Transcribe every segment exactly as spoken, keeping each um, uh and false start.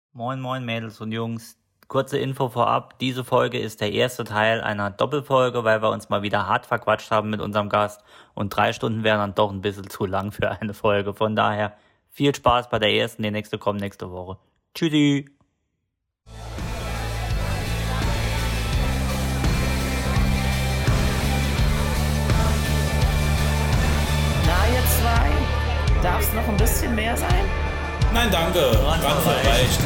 Moin moin Mädels und Jungs, kurze Info vorab, diese Folge ist der erste Teil einer Doppelfolge, weil wir uns mal wieder hart verquatscht haben mit unserem Gast und drei Stunden wären dann doch ein bisschen zu lang für eine Folge, von daher viel Spaß bei der ersten, die nächste kommt nächste Woche. Tschüssi! Na ihr zwei, darf es noch ein bisschen mehr sein? Nein, danke. Randvoll reicht.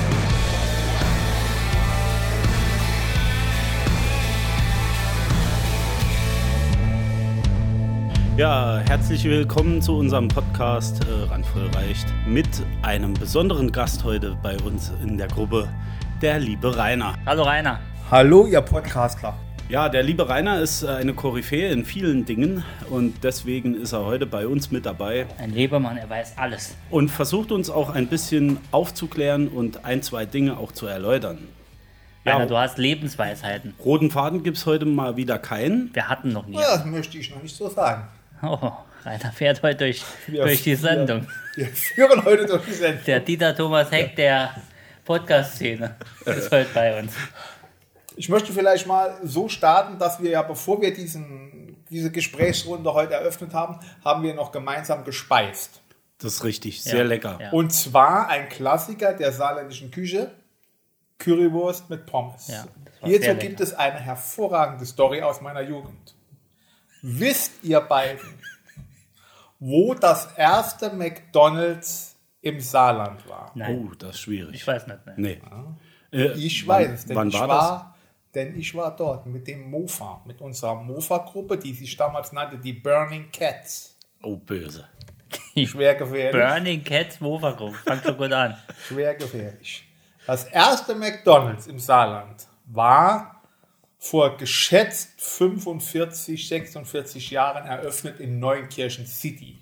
Ja, herzlich willkommen zu unserem Podcast äh, Randvoll reicht mit einem besonderen Gast heute bei uns in der Gruppe, der liebe Rainer. Hallo Rainer. Hallo, ihr Podcastler. Ja, der liebe Rainer ist eine Koryphäe in vielen Dingen und deswegen ist er heute bei uns mit dabei. Ein Lebermann, er weiß alles. Und versucht uns auch ein bisschen aufzuklären und ein, zwei Dinge auch zu erläutern. Rainer, Ja, du hast Lebensweisheiten. roten Faden gibt es heute mal wieder keinen. Wir hatten noch nie. Ja, das möchte ich noch nicht so sagen. Oh, Rainer fährt heute durch, Wir- durch die Sendung. Wir führen heute durch die Sendung. Der Dieter Thomas Heck der Podcast-Szene ist heute bei uns. Ich möchte vielleicht mal so starten, dass wir ja, bevor wir diesen, diese Gesprächsrunde heute eröffnet haben, haben wir noch gemeinsam gespeist. Das ist richtig, sehr Ja, lecker. ja. Und zwar ein Klassiker der saarländischen Küche, Currywurst mit Pommes. Ja, das war Hierzu sehr gibt lecker. es eine hervorragende Story aus meiner Jugend. Wisst ihr beiden, wo das erste McDonald's im Saarland war? Nein, Oh, das ist schwierig. ich weiß nicht mehr. Nee. Äh, Ich wann- weiß es, denn wann ich war war, denn ich war dort mit dem Mofa, mit unserer Mofa-Gruppe, die sich damals nannte die Burning Cats. das? Oh, böse. Schwer gefährlich. Burning Cats Mofa Group. Fangt schon gut an. Schwer gefährlich. Das erste McDonald's im Saarland war vor geschätzt fünfundvierzig, sechsundvierzig Jahren eröffnet in Neunkirchen City.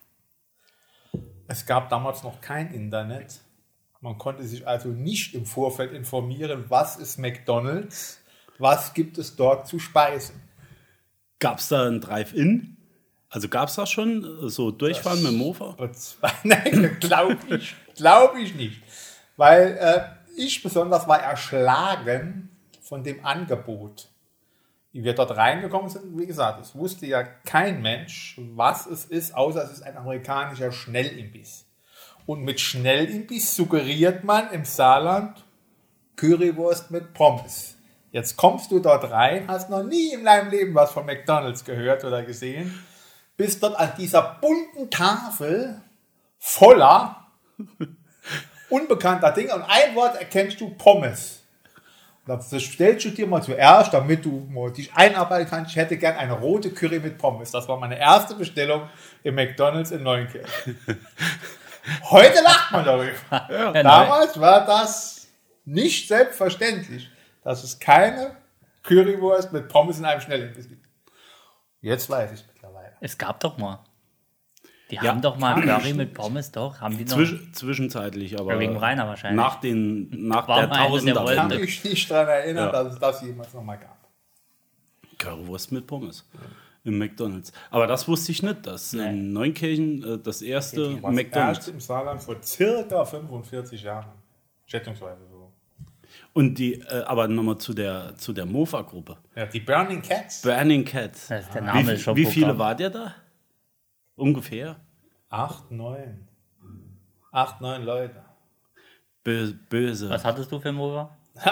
Es gab damals noch kein Internet. Man konnte sich also nicht im Vorfeld informieren, was ist McDonald's, was gibt es dort zu speisen. Gab es da ein Drive-In? Also gab es das schon? So Durchfahren mit dem Mofa? Nein, glaube ich, glaub ich nicht. Weil äh, ich besonders war erschlagen von dem Angebot. Wie wir dort reingekommen sind, wie gesagt, es wusste ja kein Mensch, was es ist, außer es ist ein amerikanischer Schnellimbiss. Und mit Schnellimbiss suggeriert man im Saarland Currywurst mit Pommes. Jetzt kommst du dort rein, hast noch nie in deinem Leben was von McDonald's gehört oder gesehen, bist dort an dieser bunten Tafel voller unbekannter Dinge und ein Wort erkennst du: Pommes. Das stellst du dir mal zuerst, damit du mal dich einarbeiten kannst. Ich hätte gern eine rote Curry mit Pommes. Das war meine erste Bestellung im McDonald's in Neunkirchen. Heute lacht man darüber. Ja, Damals war das nicht selbstverständlich, dass es keine Currywurst mit Pommes in einem Schnellimbiss gibt. Jetzt weiß ich es mittlerweile. Es gab doch mal. Die Ja, haben doch mal Curry mit Pommes, doch. Haben die noch? Zwisch zwischenzeitlich, aber Ja, wegen Rainer wahrscheinlich. nach, den, nach War der mal eine der Tausender Wolken. Kann mich nicht daran erinnern, Ja. dass es das jemals nochmal gab. Currywurst mit Pommes im McDonald's. Aber das wusste ich nicht, dass Nee. in Neunkirchen äh, das erste Was McDonald's. erst im Saarland vor circa fünfundvierzig Jahren. Schätzungsweise so. Und die, äh, aber nochmal zu der, zu der Mofa-Gruppe. Ja, die Burning Cats. Burning Cats. Das ist der Name Wie, ist schon wie viele Programm. war der da? Ungefähr? Acht, neun. Acht, neun Leute. Bö böse. Was hattest du für ein Mofa?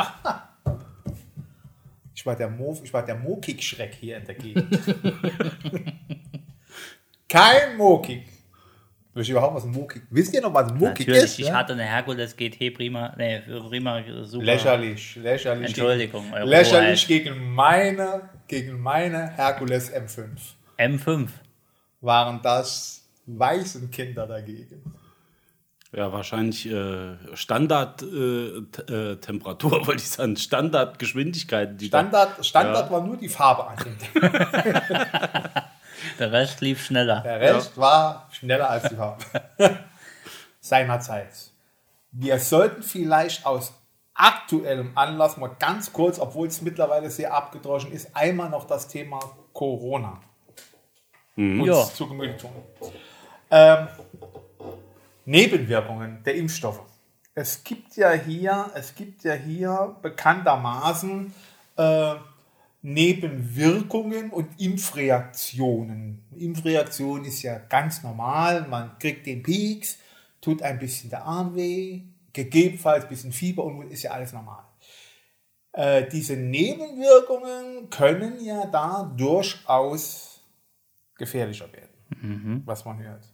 Ich war der, Mo, ich war der Mokik-Schreck hier in der Gegend. Kein Mokik. Wisst ihr überhaupt, was ein Mokik? Wisst ihr noch, was ein Mokik Natürlich, ist? ich Ja? hatte eine Herkules G T Prima, nee, Prima Super. Lächerlich, lächerlich. Entschuldigung, Gegen, Euro lächerlich halt. gegen meine, gegen meine Herkules M fünf. M fünf. Waren das Waisenkinder dagegen. Ja, wahrscheinlich äh, Standardtemperatur, äh, Temperatur, wollte ich sagen, Standardgeschwindigkeit. Die Standard, Standard Ja. war nur die Farbe an dem Ding. Der Rest lief schneller. Der Rest war schneller als die Farbe. Seinerzeit. Wir sollten vielleicht aus aktuellem Anlass mal ganz kurz, obwohl es mittlerweile sehr abgedroschen ist, einmal noch das Thema Corona uns Ja. zu Gemüte tun. Ähm, Nebenwirkungen der Impfstoffe. es gibt ja hier, es gibt ja hier bekanntermaßen äh, Nebenwirkungen und Impfreaktionen. Impfreaktion ist ja ganz normal, man kriegt den Pieks, tut ein bisschen der Arm weh, gegebenenfalls ein bisschen Fieber und ist ja alles normal. Äh, diese Nebenwirkungen können ja da durchaus gefährlicher werden, mhm. was man hört.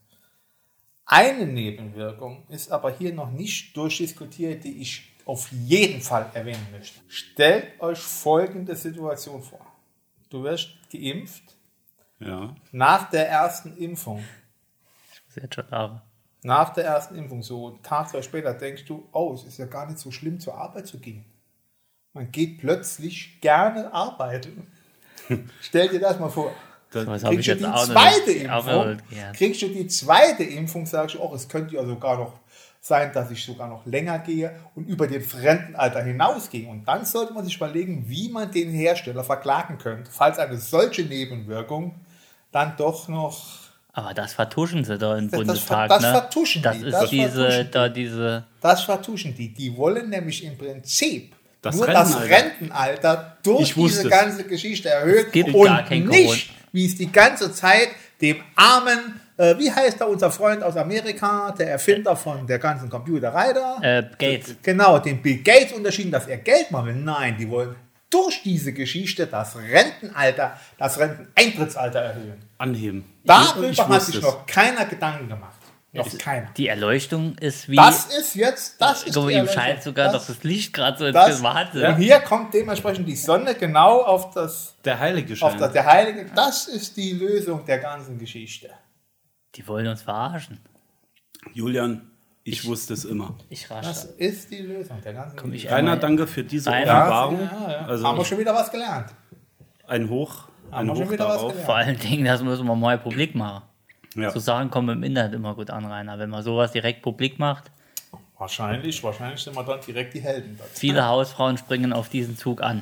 Eine Nebenwirkung ist aber hier noch nicht durchdiskutiert, die ich auf jeden Fall erwähnen möchte. Stellt euch folgende Situation vor. Du wirst geimpft. Ja. Nach der ersten Impfung. Ich muss jetzt schon haben. Nach der ersten Impfung, so einen Tag, zwei später, denkst du, oh, es ist ja gar nicht so schlimm, zur Arbeit zu gehen. Man geht plötzlich gerne arbeiten. Stell dir das mal vor. Das kriegst habe ich du jetzt die auch zweite nicht, Impfung, ja. kriegst du die zweite Impfung, sagst du, oh, es könnte ja sogar noch sein, dass ich sogar noch länger gehe und über das Rentenalter hinausgehe. Und dann sollte man sich überlegen, wie man den Hersteller verklagen könnte, falls eine solche Nebenwirkung dann doch noch... Aber das vertuschen sie da im Das, Bundestag, das, das ne? vertuschen das die. Ist das diese, vertuschen da die. diese... Das vertuschen die. Die wollen nämlich im Prinzip Das nur Rentenalter. das Rentenalter durch Ich wusste diese es. ganze Geschichte erhöhen gibt und gar kein nicht, wie es die ganze Zeit dem armen, äh, wie heißt da unser Freund aus Amerika, der Erfinder von der ganzen Computerei da? Äh, Gates. Genau, den Bill Gates unterschieden, dass er Geld machen will. Nein, die wollen durch diese Geschichte das Rentenalter, das Renteneintrittsalter erhöhen. Anheben. Darüber Ich hat wusste sich es. noch keiner Gedanken gemacht. Noch keiner. Die Erleuchtung ist wie... Das ist jetzt, das ist Guck mal, die ihm Erleuchtung. scheint sogar das, doch das Licht gerade so ins das, Wahnsinn. Und hier kommt dementsprechend die Sonne genau auf das, Der Heilige auf Schein. das, der Heilige. Das ist die Lösung der ganzen Geschichte. Die wollen uns verarschen. Julian, ich, wusste es immer. Ich rasch. Das ist die Lösung der ganzen Komm, ich Geschichte. Rainer, einmal- danke für diese Rainer. Offenbarung. Ja, ja. Also Haben wir schon wieder was gelernt. ein Hoch, ein wir schon Hoch wieder was darauf. gelernt. Vor allen Dingen, das müssen wir mal publik machen. Ja. So Sachen kommen im Internet immer gut an, Rainer. Wenn man sowas direkt publik macht, Wahrscheinlich, wahrscheinlich sind wir dann direkt die Helden. Dazu. viele Hausfrauen springen auf diesen Zug an.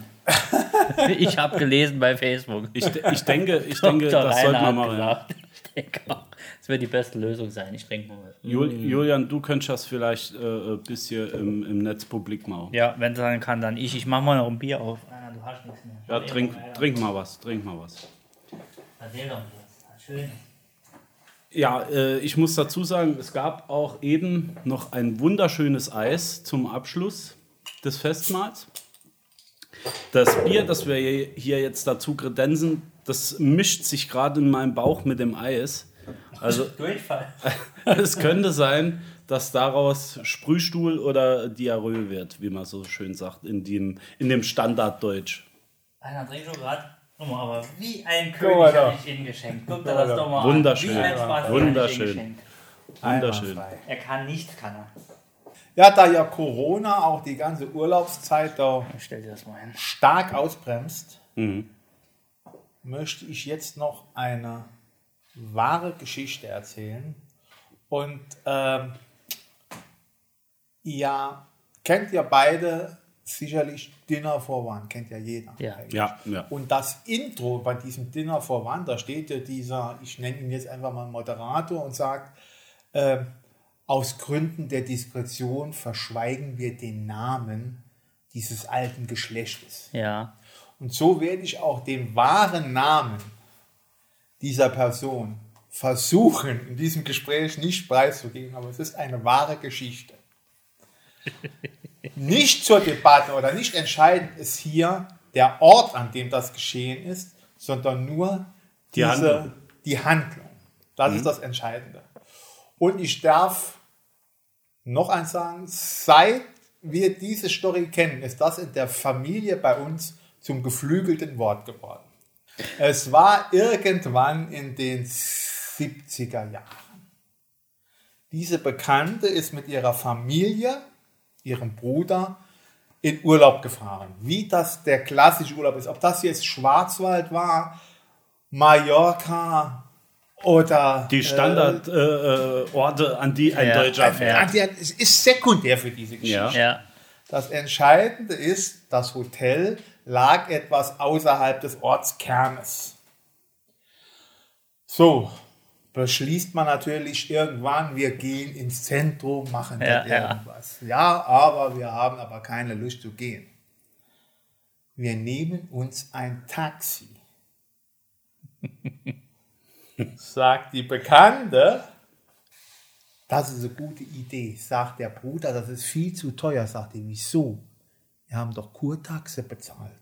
Ich habe gelesen bei Facebook. Ich, ich denke, ich denke Doktor das sollte Rainer man hat machen. gesagt. Ich denke auch, das wird die beste Lösung sein. Ich denke mal. Jul, Julian, du könntest das vielleicht äh, ein bisschen im, im Netz publik machen. Ja, wenn es dann kann, dann ich. Ich mache mal noch ein Bier auf. Ah, du hast nichts mehr. Ja, trink, trink mal was, trink mal was. Erzähl doch was. Schön. Ja, äh, ich muss dazu sagen, es gab auch eben noch ein wunderschönes Eis zum Abschluss des Festmahls. Das Bier, das wir hier jetzt dazu kredenzen, das mischt sich gerade in meinem Bauch mit dem Eis. Also Durchfall. es könnte sein, dass daraus Sprühstuhl oder Diarrhoe wird, wie man so schön sagt, in dem, in dem Standarddeutsch. Einer trinkt schon gerade. Guck mal, aber wie ein mal König da. habe ich Ihnen geschenkt. Guck dir das doch mal Wunderschön. an. Wie ein Spaß Wunderschön. geschenkt. Wunderschön. Einwandfrei. Er kann nichts, kann er. Ja, da ja Corona auch die ganze Urlaubszeit da Ich stell dir das mal hin. stark ausbremst, Mhm. möchte ich jetzt noch eine wahre Geschichte erzählen. Und ähm, ja, kennt ihr beide sicherlich Dinner for One, kennt ja jeder. Ja. eigentlich. Ja, ja. Und das Intro bei diesem Dinner for One, da steht ja dieser, ich nenne ihn jetzt einfach mal Moderator und sagt, äh, aus Gründen der Diskretion verschweigen wir den Namen dieses alten Geschlechtes. Ja. Und so werde ich auch den wahren Namen dieser Person versuchen, in diesem Gespräch nicht preiszugeben, aber es ist eine wahre Geschichte. Nicht zur Debatte oder nicht entscheidend ist hier der Ort, an dem das geschehen ist, sondern nur Die diese, Handlung. die Handlung. Das ist das Entscheidende. Und ich darf noch eins sagen, seit wir diese Story kennen, ist das in der Familie bei uns zum geflügelten Wort geworden. Es war irgendwann in den siebziger Jahren. Diese Bekannte ist mit ihrer Familie, ihrem Bruder, in Urlaub gefahren. Wie das der klassische Urlaub ist. Ob das jetzt Schwarzwald war, Mallorca oder... Die Standardorte, äh, Orte, an die ein Ja. Deutscher Äh, fährt. es ist sekundär für diese Geschichte. Ja. Ja. Das Entscheidende ist, das Hotel lag etwas außerhalb des Ortskernes. So, beschließt man natürlich irgendwann, wir gehen ins Zentrum, machen Ja, dort ja. irgendwas. Ja, aber wir haben aber keine Lust zu gehen. Wir nehmen uns ein Taxi. Sagt die Bekannte, das ist eine gute Idee. Sagt der Bruder, das ist viel zu teuer. Sagt er, wieso? Wir haben doch Kurtaxe bezahlt.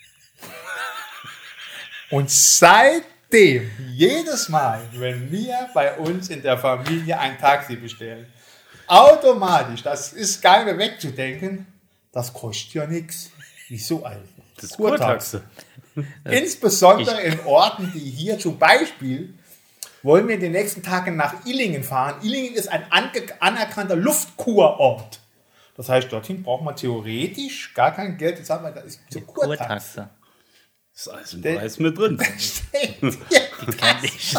Und seitdem, jedes Mal, wenn wir bei uns in der Familie ein Taxi bestellen, automatisch, das ist gar nicht wegzudenken, das kostet ja nichts. Wieso eigentlich? Das ist Kurtaxe. Insbesondere in Orten, die hier zum Beispiel, wollen wir in den nächsten Tagen nach Illingen fahren. Illingen ist ein ange- anerkannter Luftkurort. Das heißt, dorthin braucht man theoretisch gar kein Geld zu zahlen, weil da ist zur Kurtaxe. Kurtaxe. Das ist alles im Preis mit drin. Die kenn ich.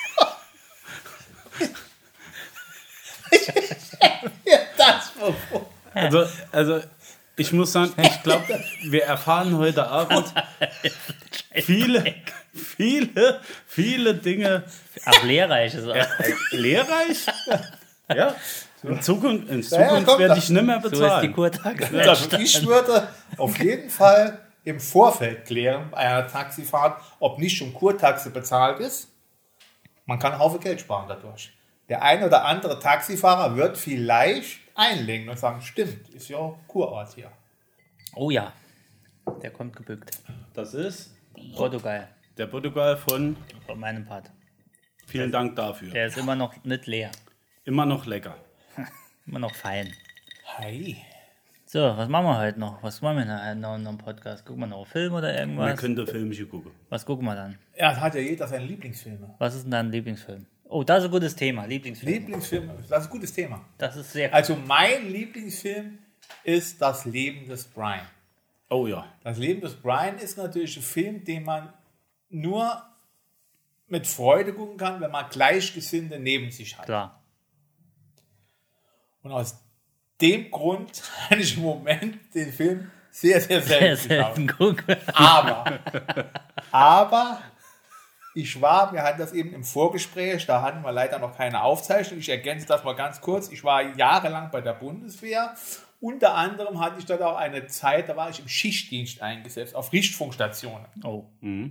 Das vor. Also, also ich muss sagen, ich glaube, wir erfahren heute Abend viele, viele, viele Dinge. Ach, lehrreich ist auch. Lehrreich? Ja. In Zukunft, in Ja, Zukunft kommt werde das. ich nicht mehr So ist die bezahlen. Kurtaxe. Also ich würde auf jeden Fall im Vorfeld klären bei einer Taxifahrt, ob nicht schon Kurtaxe bezahlt ist. Man kann einen Haufen Geld sparen dadurch. Der ein oder andere Taxifahrer wird vielleicht einlenken und sagen, stimmt, ist ja Kurort hier. Oh ja, der kommt gebückt. Das ist Portugal, der Portugal von. von meinem Part. Vielen Dank dafür. Der ist immer noch nicht leer. Immer noch lecker. Immer noch fein. Hi. So, was machen wir heute noch? Was machen wir noch noch in einem Podcast? Gucken wir noch einen Film oder Wir irgendwas? können Filmchen gucken. Was gucken wir dann? Ja, hat ja jeder seine Lieblingsfilme. Was ist denn dein Lieblingsfilm? Oh, das ist ein gutes Thema. Lieblingsfilm. Lieblingsfilme, das ist ein gutes Thema. Das ist sehr Also mein Lieblingsfilm ist Das Leben des Brian. Oh ja. Das Leben des Brian ist natürlich ein Film, den man nur mit Freude gucken kann, wenn man Gleichgesinnte neben sich hat. klar. Und aus dem Grund habe ich im Moment den Film sehr, sehr Sehr selten selten geschaut. gucken. Aber, aber ich war, wir hatten das eben im Vorgespräch, da hatten wir leider noch keine Aufzeichnung. Ich ergänze das mal ganz kurz. Ich war jahrelang bei der Bundeswehr. Unter anderem hatte ich dort auch eine Zeit, da war ich im Schichtdienst eingesetzt, auf Richtfunkstationen. Oh,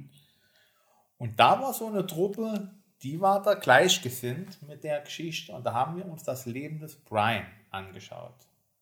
Und da war so eine Truppe, die war da gleichgesinnt mit der Geschichte. Und da haben wir uns das Leben des Brian angeschaut.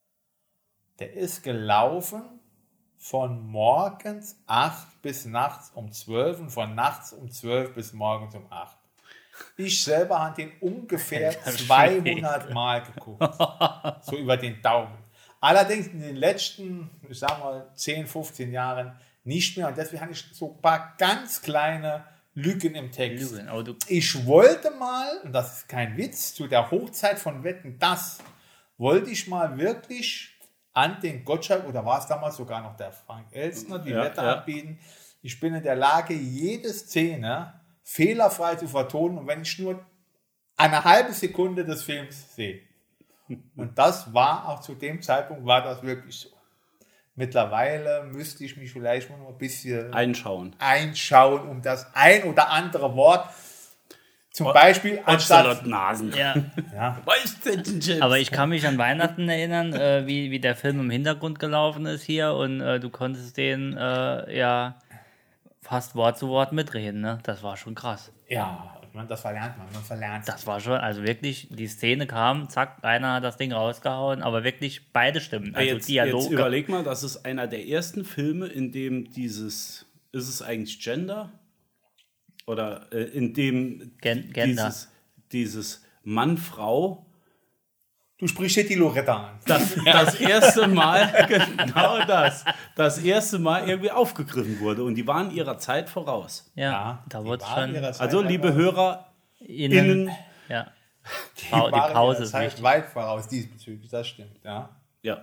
Der ist gelaufen von morgens acht bis nachts um zwölf und von nachts um zwölf bis morgens um acht. Ich selber habe den ungefähr zweihundert Mal geguckt. So über den Daumen. Allerdings in den letzten, ich sag mal, zehn, fünfzehn Jahren nicht mehr. Und deswegen habe ich so ein paar ganz kleine Lücken im Text. Lügen. Aber du, Ich wollte mal, und das ist kein Witz, zu der Hochzeit von Wetten, das wollte ich mal wirklich an den Gottschalk, oder war es damals sogar noch der Frank Elstner, die Ja, Wette ja. anbieten. Ich bin in der Lage, jede Szene fehlerfrei zu vertonen, und wenn ich nur eine halbe Sekunde des Films sehe. Und das war auch zu dem Zeitpunkt, war das wirklich so. Mittlerweile müsste ich mich vielleicht mal noch ein bisschen Einschauen. einschauen, um das ein oder andere Wort, zum Beispiel anstatt... Ocelot-Nasen. ja. Ja, Aber ich kann mich an Weihnachten erinnern, äh, wie, wie der Film im Hintergrund gelaufen ist hier und äh, du konntest den äh, ja fast Wort zu Wort mitreden, ne? Das war schon krass. ja, man, das verlernt man, man verlernt Das war schon, also wirklich, die Szene kam, zack, einer hat das Ding rausgehauen, aber wirklich beide Stimmen, also Jetzt, Dialog. jetzt überleg mal, das ist einer der ersten Filme, in dem dieses, ist es eigentlich Gender? Oder äh, in dem Gen- Gender. dieses, dieses Mann-Frau Du sprichst hier die Loretta an. das, das erste Mal, genau das, das erste Mal irgendwie aufgegriffen wurde. Und die waren ihrer Zeit voraus. Ja, da die wurde es waren schon ihrer Zeit Also, liebe aber- Hörer, innen, innen, ja. die, Pau- die waren Pause ihrer ist Zeit wichtig. weit voraus diesbezüglich, das stimmt, ja. ja,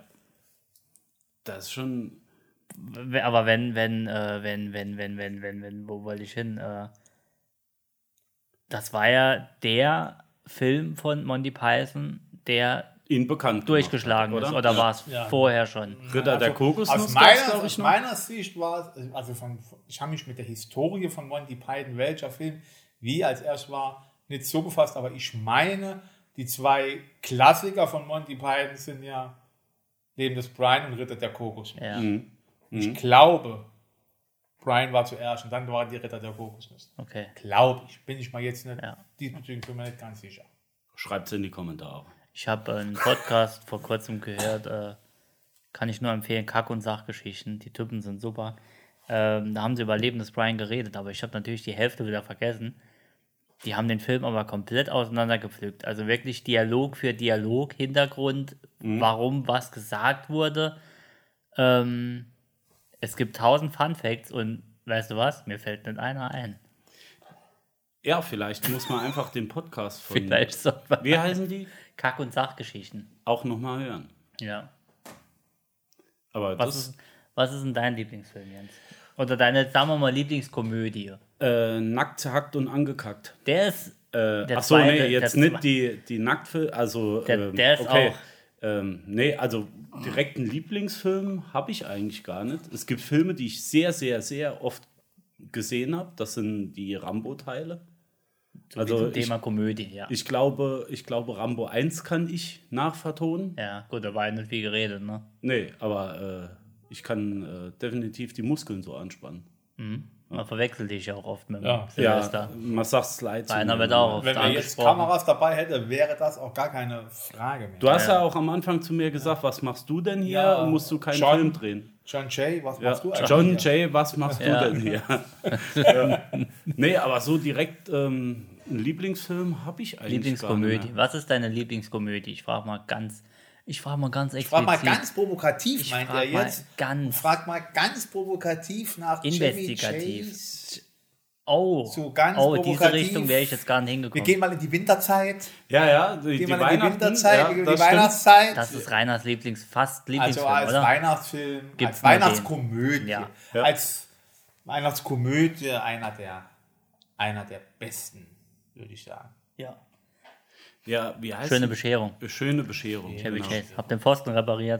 das ist schon, W- Aber wenn, wenn, äh, wenn, wenn, wenn, wenn, wenn, wenn, wo wollte ich hin? Äh, das war ja der Film von Monty Python, der ihn bekannt gemacht durchgeschlagen hat, ist, oder Ja. war es Ja. vorher schon? Ritter der Also, Kokosnuss aus gab's, meiner, glaub ich, aus noch. meiner Sicht war es, also von, ich habe mich mit der Historie von Monty Python, welcher Film, wie als erst war, nicht so befasst, aber ich meine, die zwei Klassiker von Monty Python sind ja Leben des Brian und Ritter der Kokosnuss. Ja. Mhm. Ich glaube, Brian war zuerst und dann waren die Ritter der Kokosnuss. Okay. Glaube ich. Bin ich mal jetzt nicht, Ja. diesbezüglich bin ich mir nicht ganz sicher. Schreibt es in die Kommentare. Ich habe einen Podcast vor kurzem gehört, äh, kann ich nur empfehlen, Kack- und Sachgeschichten. Die Typen sind super. Ähm, da haben sie über Leben des Brian geredet, aber ich habe natürlich die Hälfte wieder vergessen. Die haben den Film aber komplett auseinandergepflückt. Also wirklich Dialog für Dialog, Hintergrund, mhm. warum was gesagt wurde. Ähm, es gibt tausend Funfacts und weißt du was? Mir fällt nicht einer ein. Ja, vielleicht muss man einfach den Podcast von... Vielleicht so. Wie heißen die? Kack- und Sachgeschichten. Auch nochmal hören. Ja. Aber Was das... ist, was ist denn dein Lieblingsfilm, Jens? Oder deine, sagen wir mal, Lieblingskomödie? Äh, nackt, zerhackt und angekackt. Der ist... Äh, der achso, zweite, nee, jetzt der nicht zwe- die, die Nacktfilme, also... Der, ähm, der ist okay. auch... Ähm, nee, also direkt einen Lieblingsfilm habe ich eigentlich gar nicht. Es gibt Filme, die ich sehr, sehr, sehr oft gesehen habe. Das sind die Rambo-Teile. So Also Thema ich, Komödie, ja. ich glaube, ich glaube, Rambo eins kann ich nachvertonen. Ja, gut, da war ja nicht viel geredet, ne? Nee, aber äh, ich kann äh, definitiv die Muskeln so anspannen. Man verwechselt dich ja auch oft mit dem Ja. Silvester. Ja, man sagt Slide. Einer wird auch oft Wenn wir jetzt angesprochen. Kameras dabei hätte, wäre das auch gar keine Frage mehr. Du hast ja. auch am Anfang zu mir gesagt, was machst du denn hier? Ja, Musst du keinen John- Film drehen? John Jay, was Ja, machst du eigentlich? John hier? Jay, was machst Ja. du denn hier? ja. Nee, aber so direkt ähm, einen Lieblingsfilm habe ich eigentlich Lieblingskomödie. gar nicht. Was ist deine Lieblingskomödie? Ich frage mal ganz, ich frage mal ganz Frag explizit. mal ganz provokativ, Ich meint frag er mal jetzt. ganz- Frag mal ganz provokativ nach Investigativ. Chevy Chase. Oh, So ganz oh diese provokativ. Richtung wäre ich jetzt gar nicht Wir hingekommen. gehen mal in die Winterzeit. Ja, ja, die, Gehen die mal in die Weihnachten. Winterzeit, ja, wir gehen in das die stimmt. Weihnachtszeit. Das ist Reiners Lieblings, fast Also Lieblingsfilm, als oder? Weihnachtsfilm, Gibt's als nur Weihnachtskomödie. Ja. Ja. Als Weihnachtskomödie einer der, einer der besten, würde ich sagen. Ja. Ja, wie heißt Schöne die? Bescherung. Schöne Bescherung. Chevy genau. Chase. Hab den Pfosten repariert.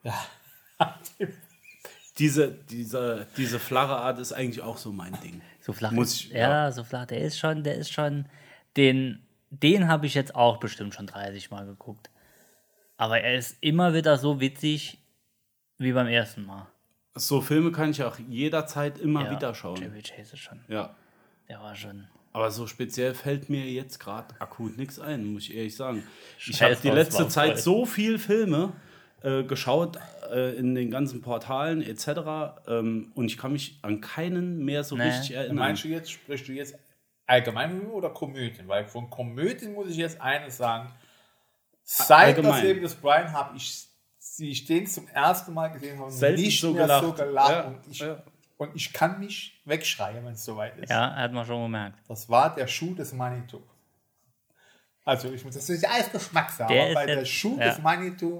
Diese, diese, diese flache Art ist eigentlich auch so mein Ding. So flach. Muss ist, ich- ja, ja. so flach. Der ist schon, der ist schon. Den, den habe ich jetzt auch bestimmt schon dreißig Mal geguckt. Aber er ist immer wieder so witzig wie beim ersten Mal. So Filme kann ich auch jederzeit immer Ja, wieder schauen. Chevy Chase ist schon. Ja. Der war schon. Aber so speziell fällt mir jetzt gerade akut nichts ein, muss ich ehrlich sagen. Ich Scheiß habe die drauf, letzte war Zeit voll. so viel Filme äh, geschaut äh, in den ganzen Portalen et cetera. Ähm, und ich kann mich an keinen mehr so Nee. richtig erinnern. Meinst du jetzt, sprichst du jetzt allgemein oder Komödien? Weil von Komödien muss ich jetzt eines sagen. Seit Allgemein. das Leben des Brian habe ich sie ich den zum ersten Mal gesehen habe, Selten nicht so mehr gelacht. so gelacht. Ja, Und, ich, ja. und ich kann mich wegschreien, wenn es soweit ist. Ja, hat man schon gemerkt. Das war der Schuh des Manitou. Also, ich muss das ist ja alles Geschmackssache, Der aber ist bei der jetzt- Schuh ja. des Manitou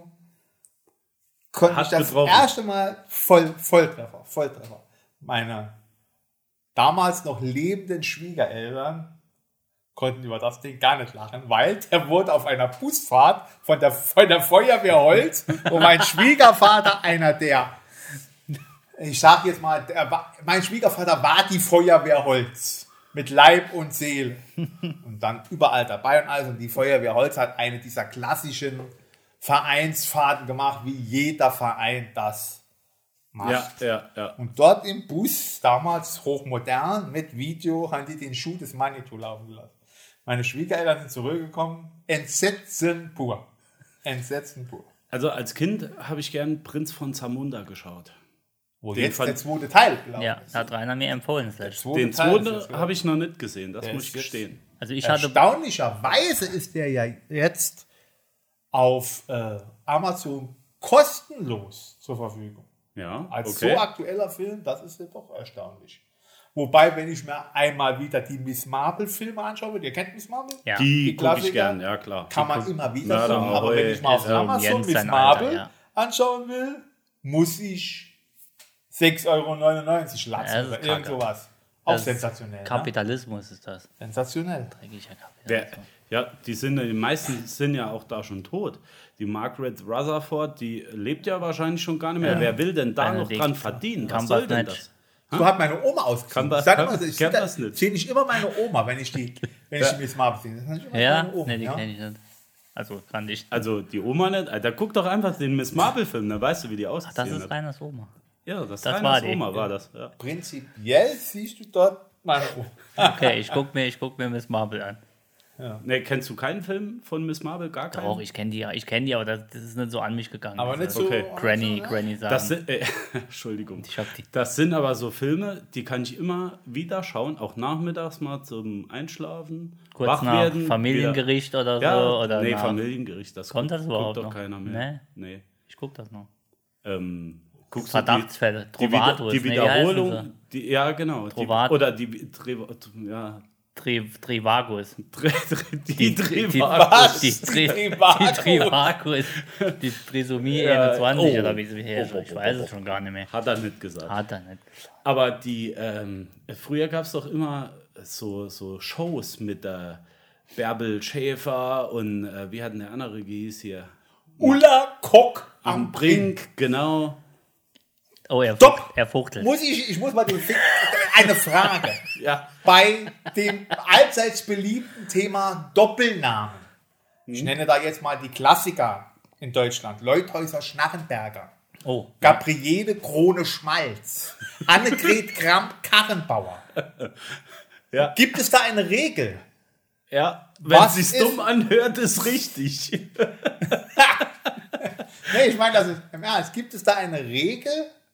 konnte Hat ich das getroffen. erste Mal voll, Volltreffer, Volltreffer. Meine damals noch lebenden Schwiegereltern konnten über das Ding gar nicht lachen, weil der wurde auf einer Busfahrt von der, von der Feuerwehr Holz, wo mein Schwiegervater einer der, ich sag jetzt mal, der war, mein Schwiegervater war die Feuerwehr Holz mit Leib und Seele und dann überall dabei und alles. Und die Feuerwehr Holz hat eine dieser klassischen Vereinsfahrten gemacht, wie jeder Verein das macht. Ja, ja, ja. Und dort im Bus, damals hochmodern, mit Video, haben die den Schuh des Manitou laufen gelassen. Meine Schwiegereltern sind zurückgekommen. Entsetzen pur. Entsetzen pur. Also als Kind habe ich gern Prinz von Zamunda geschaut. Wo Den jetzt fand- der zweite Teil gelaufen Ja, ist. das hat Rainer mir empfohlen. Das letzte. Zweite Den Teil ist zweiten jetzt, ja. habe ich noch nicht gesehen, das Der muss ist ich jetzt- gestehen. Also ich hatte. Erstaunlicherweise ist der ja jetzt auf äh, Amazon kostenlos zur Verfügung. Ja, Als okay. so aktueller Film, das ist ja doch erstaunlich. Wobei, wenn ich mir einmal wieder die Miss Marple-Filme anschaue, ihr kennt Miss Marple? Ja. Die Die gucke ich Klassiker gern, ja klar. Kann Die man guck- immer wieder Na, gucken, dann, aber aber wenn ich mal auf ist, ähm, Amazon Jens Miss sein Marple Alter, ja. anschauen will, muss ich sechs Euro neunundneunzig latzen Ja, das ist oder irgend kacke. sowas. Auch Das ist sensationell. Ne? Kapitalismus ist das. Sensationell. Dreckiger Der, Kapitalismus. ja, die sind, die meisten sind ja auch da schon tot. Die Margaret Rutherford, die lebt ja wahrscheinlich schon gar nicht mehr. Ja. Wer will denn da noch Benedict dran verdienen? Was soll denn Cumberbatch. das? So hat meine Oma ausgesehen. Kann das- ich sag kann- immer, ich kann sehe das nicht. seh nicht immer meine Oma, wenn ich die, wenn ich die Miss Marple sehe. Das ist immer Ja, meine Oma, ne, die ja. kenne ich nicht. Also, kann ich. Also die Oma nicht. Alter, guck doch einfach den Miss Marple-Film, dann weißt du, wie die Das ausgesehen ist hat. Reiners Oma. Ja, das, das das war war die. Oma war das. Ja. Prinzipiell siehst du dort meine Oma. Okay, ich guck mir, ich guck mir Miss Marple an. Ne, kennst du keinen Film von Miss Marple? Gar keinen? Doch, ich kenne die ja. Ich kenne die, aber das, das ist nicht so an mich gegangen. Aber nicht so. Okay. Granny, Granny sagen. Das sind, äh, Entschuldigung. ich hab die. Das sind aber so Filme, die kann ich immer wieder schauen, auch nachmittags mal zum Einschlafen, Kurz wach nach werden. Familiengericht oder wieder. so. Ja, Oder nee, nach, Familiengericht, das Kommt das guckt, überhaupt guckt doch noch? keiner mehr. Nee. Nee. Ich guck das noch. Ähm, guckst Verdachtsfälle. du die, die, Wieder, Trovatos. die Nee, wie heißen Wiederholung, die, ja genau. Die, Trovato. oder die, Tre, ja, Tri, Trivagus. Tre, Tre, die, Die, die, die, Was? die, Tri, Trivago? die Trivagus. Die Trisomie Ja, einundzwanzig oh. oder wie sie heißt. Oh, oh, Ich oh, weiß oh, es schon gar nicht mehr. Hat er nicht gesagt. Hat er nicht. Aber die, ähm, früher gab es doch immer so, so Shows mit der Bärbel Schäfer und äh, wie hat denn der andere gehieß hier? Ulla Kock Am Brink, genau. Oh, er, Stopp! fucht, er fuchtelt. Muss ich, ich muss mal den Fick, eine Frage. Ja. Bei dem allseits beliebten Thema Doppelnamen. Ich nenne da jetzt mal die Klassiker in Deutschland. Leuthäuser Schnarrenberger. Oh, Gabriele Krone-Schmalz. Annegret Kramp-Karrenbauer. Ja. Gibt es da eine Regel? Ja, wenn Was es sich ist- dumm anhört, ist richtig. Nee, ich meine, das ist im Ernst. Gibt es da eine Regel,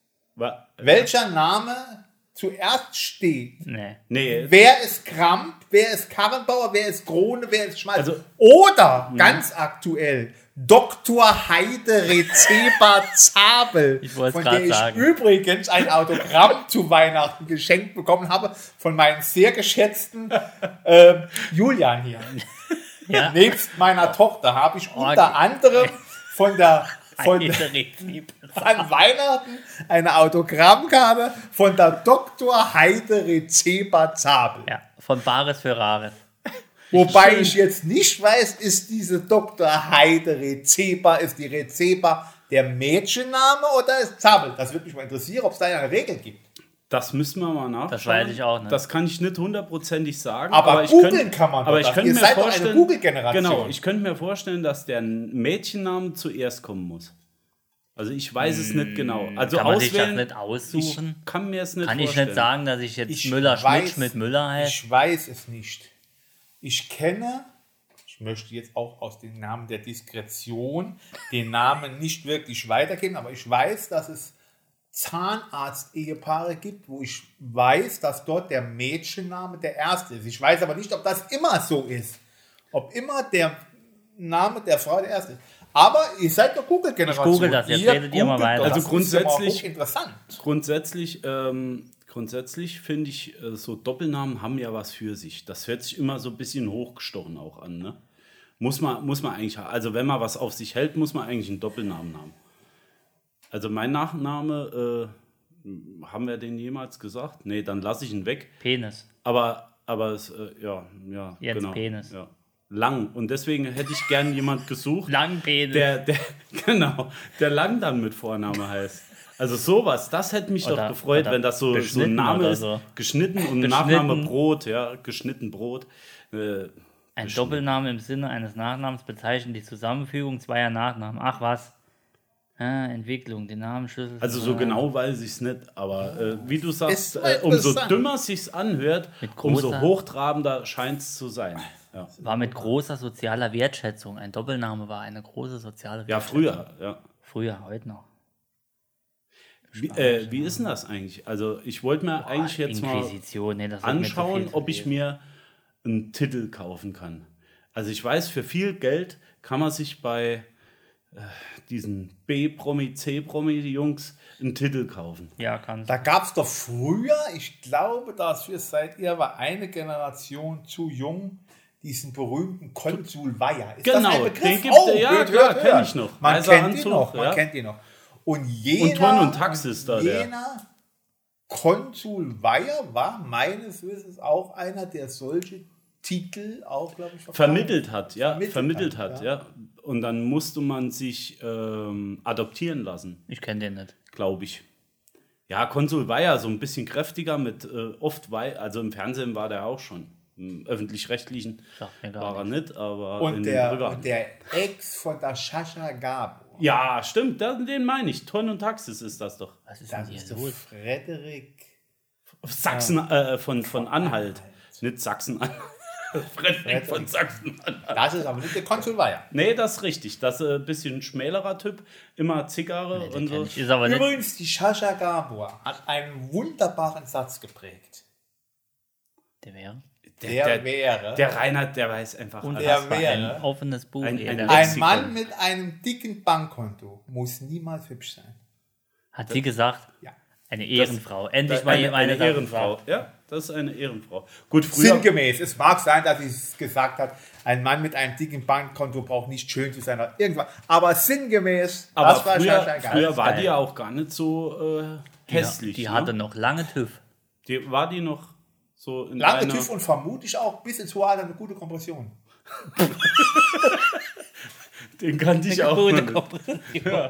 Wa- welcher Name zuerst steht? nee. Nee, Wer ist Kramp, wer ist Karrenbauer, wer ist Krone, wer ist Schmalz? Also- Oder, ganz aktuell, Doktor Heide Rezeba Zabel, Ich wollt's von grad der ich sagen. übrigens ein Autogramm zu Weihnachten geschenkt bekommen habe von meinem sehr geschätzten äh, Julian hier. Ja. Nebst meiner Tochter habe ich Oh, unter anderem von der von, Ein Prinzip. an Weihnachten eine Autogrammkarte von der Doktor Heide Rezeba Zabel. Ja, von Bares für Rares. Wobei ich jetzt nicht weiß, ist diese Doktor Heide Rezeba, ist die Rezeba der Mädchenname oder ist Zabel? Das würde mich mal interessieren, ob es da eine Regel gibt. das müssen wir mal nachschauen. Das weiß ich auch nicht. Das kann ich nicht hundertprozentig sagen. Aber ich googeln könnt- kann man doch Aber ich das. könnte Ihr mir seid doch eine vorstellen, Google-Generation. Genau, ich könnte mir vorstellen, dass der Mädchennamen zuerst kommen muss. Also ich weiß es nicht genau. Also Kann man sich das auswählen, nicht aussuchen? ich kann mir es nicht Kann ich vorstellen. nicht sagen, dass ich jetzt Ich Müller-Schmidt weiß- mit Müller heiße? Ich weiß es nicht. Ich kenne, ich möchte jetzt auch aus dem Namen der Diskretion den Namen nicht wirklich weitergeben, aber ich weiß, dass es Zahnarzt-Ehepaare gibt, wo ich weiß, dass dort der Mädchenname der erste ist. Ich weiß aber nicht, ob das immer so ist. Ob immer der Name der Frau der erste ist. Aber ihr seid doch Google-Generation. Ich google das, jetzt redet ihr mal googelt weiter. doch, Also das ist ja mal grundsätzlich- hochinteressant. Grundsätzlich, ähm, grundsätzlich finde ich, äh, so Doppelnamen haben ja was für sich. Das hört sich immer so ein bisschen hochgestochen auch an. Ne? Muss man, muss man eigentlich, also wenn man was auf sich hält, muss man eigentlich einen Doppelnamen haben. Also mein Nachname, äh, haben wir den jemals gesagt? Nee, dann lasse ich ihn weg. Penis. Aber, aber es, äh, ja, ja, Jens genau. Penis. Ja. Lang. Und deswegen hätte ich gern jemand gesucht, Langpenis. der, der, genau, der Lang dann mit Vorname heißt. Also sowas, das hätte mich Oder- doch gefreut, oder wenn das so, so ein geschnitten Name oder ist. so. Geschnitten und Geschnitten. Nachname Brot, ja, geschnitten Brot. Äh, Ein Doppelname im Sinne eines Nachnamens bezeichnet die Zusammenfügung zweier Nachnamen. Ach was. Ah, Entwicklung, den Namensschlüssel. also so Ah. genau weiß ich es nicht, aber äh, wie du sagst, Ist mal äh, umso interessant. dümmer sich's anhört, Mit großer- umso hochtrabender scheint es zu sein. Ja, War mit großer sozialer Wertschätzung. Ein Doppelname war eine große soziale ja Wertschätzung. früher, ja. Früher, heute noch. Wie, äh, wie ist denn das eigentlich? Also ich wollte mir eigentlich jetzt mal Inquisition, nee, das wird mir zu anschauen, viel ob ich zu mir einen Titel kaufen kann. Also ich weiß, für viel Geld kann man sich bei äh, diesen B-Promi, C-Promi-Jungs einen Titel kaufen. lesen. Ja, kannst Da gab es doch früher, ich glaube, dafür seid ihr aber eine Generation zu jung, diesen berühmten Konsul Weyer. Ist Genau, das ein Begriff? den gibt- ja, klar, kenn ich noch. Man Weißer kennt ihn Anzug, noch, man ja. kennt ihn noch. Und jener, Und Ton und Tax ist da der. jener Konsul Weyer war meines Wissens auch einer, der solche Titel auch, glaube ich, Vermittelt hat, ja, Vermittelt vermittelt, hat, hat, ja. ja. Und dann musste man sich ähm, adoptieren lassen, Ich kenne den nicht. glaube ich. Ja, Konsul war ja so ein bisschen kräftiger mit äh, oft, wei- also im Fernsehen war der auch schon. Im öffentlich-rechtlichen Sagt mir gar war er nicht, aber in Und den der, privaten. und der Ex von der Sascha Gabor. Ja, stimmt, den, den meine ich. Ton und Taxis ist das doch. Was ist Das denn ist hier der los? Frederik. Sachsen, äh, von, von Anhalt. Anhalt. Nicht Sachsen-Anhalt. Frederik von Sachsen-Anhalt. Das ist aber nicht der Konsul Weiher. Nee, das ist richtig. Das ist ein bisschen schmälerer Typ. Immer Zigarre und so. Ist aber nicht. Übrigens, die Sascha Gabor hat einen wunderbaren Satz geprägt. Der wäre. Der, der, wäre der Reinhard, der weiß einfach Und alles. der das war wäre- ein offenes Buch. Ein- ey, ein- der- ein Lexikon. Mann mit einem dicken Bankkonto muss niemals hübsch sein. Hat sie gesagt? Ja. Eine Ehrenfrau. Endlich Das- mal eine, jemand eine eine Ehrenfrau. Ja, das ist eine Ehrenfrau. Gut, früher. Sinngemäß. Es mag sein, dass sie es gesagt hat, ein Mann mit einem dicken Bankkonto braucht nicht schön zu sein oder irgendwas. Aber sinngemäß, Aber das war früher, Sascha Gabor. früher war geil. die ja auch gar nicht so äh, Die, hässlich. die ne? hatte noch lange TÜV. Die, war die noch so in Lange deiner- TÜV und vermutlich auch bis ins hohe Alter eine gute Kompression. Den kannte ich auch. Gute noch. Kompression.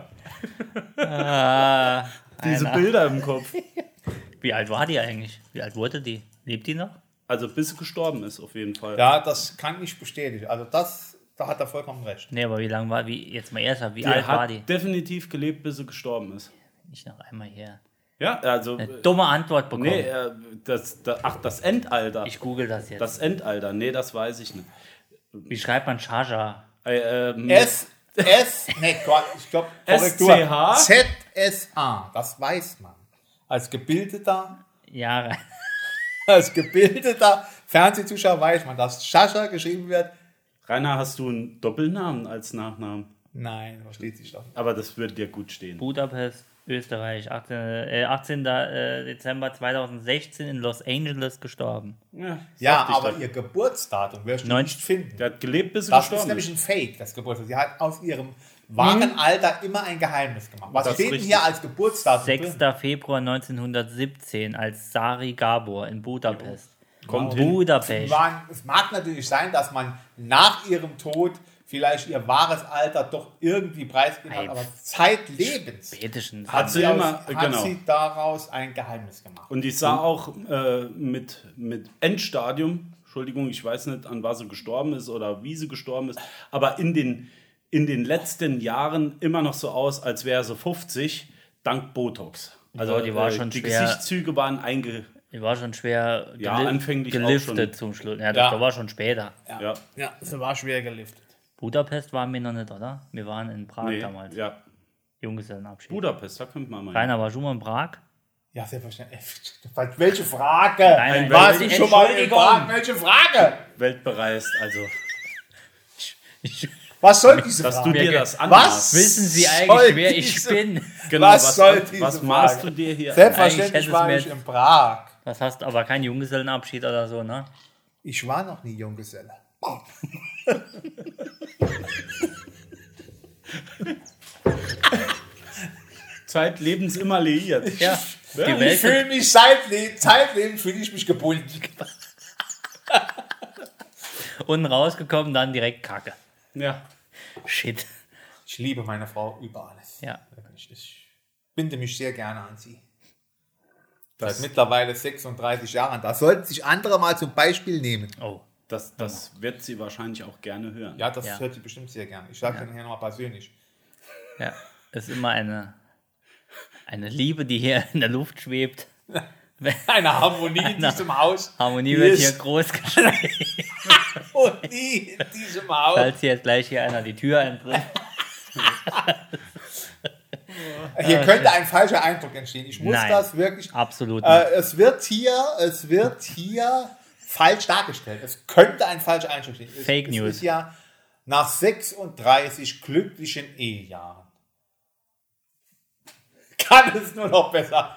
Ah, Diese einer. Bilder im Kopf. Wie alt war die eigentlich? Wie alt wurde die? Lebt die noch? Also bis sie gestorben ist auf jeden Fall. Ja, das kann ich bestätigen. Also das, da hat er vollkommen recht. Nee, aber wie lange war, wie, jetzt mal erst, wie Die alt hat war die? definitiv gelebt, bis sie gestorben ist. Ich noch einmal hier. Ja, also. Eine dumme Antwort bekommen. Nee, äh, das, das, ach, das Endalter. Ich google das jetzt. Das Endalter, nee, das weiß ich nicht. Wie schreibt man Charger? Äh, ähm, S, S, nee, Gott, ich glaube, S C H? Z S A, das weiß man. Als gebildeter, Jahre. als gebildeter Fernsehzuschauer weiß man, dass Sascha geschrieben wird. Rainer, hast du einen Doppelnamen als Nachnamen? Nein, versteht sich doch. Aber das würde dir gut stehen. Budapest, Österreich, achtzehn, äh, achtzehnten Dezember zweitausendsechzehn in Los Angeles gestorben. Ja, Ja, sagte ich aber doch. ihr Geburtsdatum wirst du Neun- nicht finden. Der hat gelebt, bis sie Das ist gestorben nämlich ist. ein Fake, das Geburtsdatum. Sie hat aus ihrem wahren Alter immer ein Geheimnis gemacht. Was Das ist steht denn richtig. hier als Geburtsdatum drin? sechster Februar neunzehnhundertsiebzehn als Sari Gabor in Budapest. Kommt hin. Budapest. Waren, es mag natürlich sein, dass man nach ihrem Tod vielleicht ihr wahres Alter doch irgendwie preisgegeben hat, Ei, aber zeitlebens Spätestens. Hat hat sie sie, aus, immer- hat genau. sie daraus ein Geheimnis gemacht. Und ich sah auch äh, mit, mit Endstadium, Entschuldigung, ich weiß nicht, an was sie gestorben ist oder wie sie gestorben ist, aber in den, in den letzten Jahren immer noch so aus, als wäre sie fünfzig, dank Botox. Also Ja, die war äh, schon die schwer- Gesichtszüge waren einge... Die war schon schwer Ja, geli- anfänglich auch geliftet schon. zum Schluss. Ja, das Ja. das war schon später. Ja, Ja, sie war schwer geliftet. Budapest waren wir noch nicht, oder? Wir waren in Prag nee, damals. ja. Junggesellenabschied. Budapest, da könnte man mal. Rainer, war schon mal in Prag? Ja, selbstverständlich. Welche Frage? Nein, Warst nein, du schon mal in Entschuldigung. Prag? Welche Frage? Weltbereist, also, Was soll diese dass Frage? du dir das Was? anmachst. Wissen Sie soll eigentlich, wer ich diese- bin? Genau, Was was, soll was, diese was Frage? machst du dir hier? Eigentlich Selbstverständlich hätte es war mir ich jetzt- in Prag. Das hast aber kein Junggesellenabschied oder so, ne? Ich war noch nie Junggeselle. Zeitlebens immer liiert. Ja. Die Ich Welt fühle mich zeitlebens, zeitlebens fühle ich mich gebunden. unten rausgekommen, dann direkt Kacke. Ja. Shit. Ich liebe meine Frau über alles. Ja. Wirklich. Ich binde mich sehr gerne an sie. Das, Seit mittlerweile sechsunddreißig Jahren. Da sollten sich andere mal zum Beispiel nehmen. Oh. das, das wird sie wahrscheinlich auch gerne hören. Ja, das Ja. hört sie bestimmt sehr gerne. Ich sage ja. nachher nochmal persönlich. Ja. Ist immer eine, eine Liebe, die hier in der Luft schwebt. Eine Harmonie in diesem Haus. Harmonie Die wird ist- hier groß geschrieben. Harmonie in diesem Haus. Falls hier jetzt gleich hier einer die Tür eintritt. Hier könnte ein falscher Eindruck entstehen. Ich muss Nein. das wirklich. Absolut nicht. Äh, es wird hier, es wird hier falsch dargestellt. Es könnte ein falscher Eindruck entstehen. Es, Fake es News. ist ja nach sechsunddreißig glücklichen Ehejahren. Kann es nur noch besser.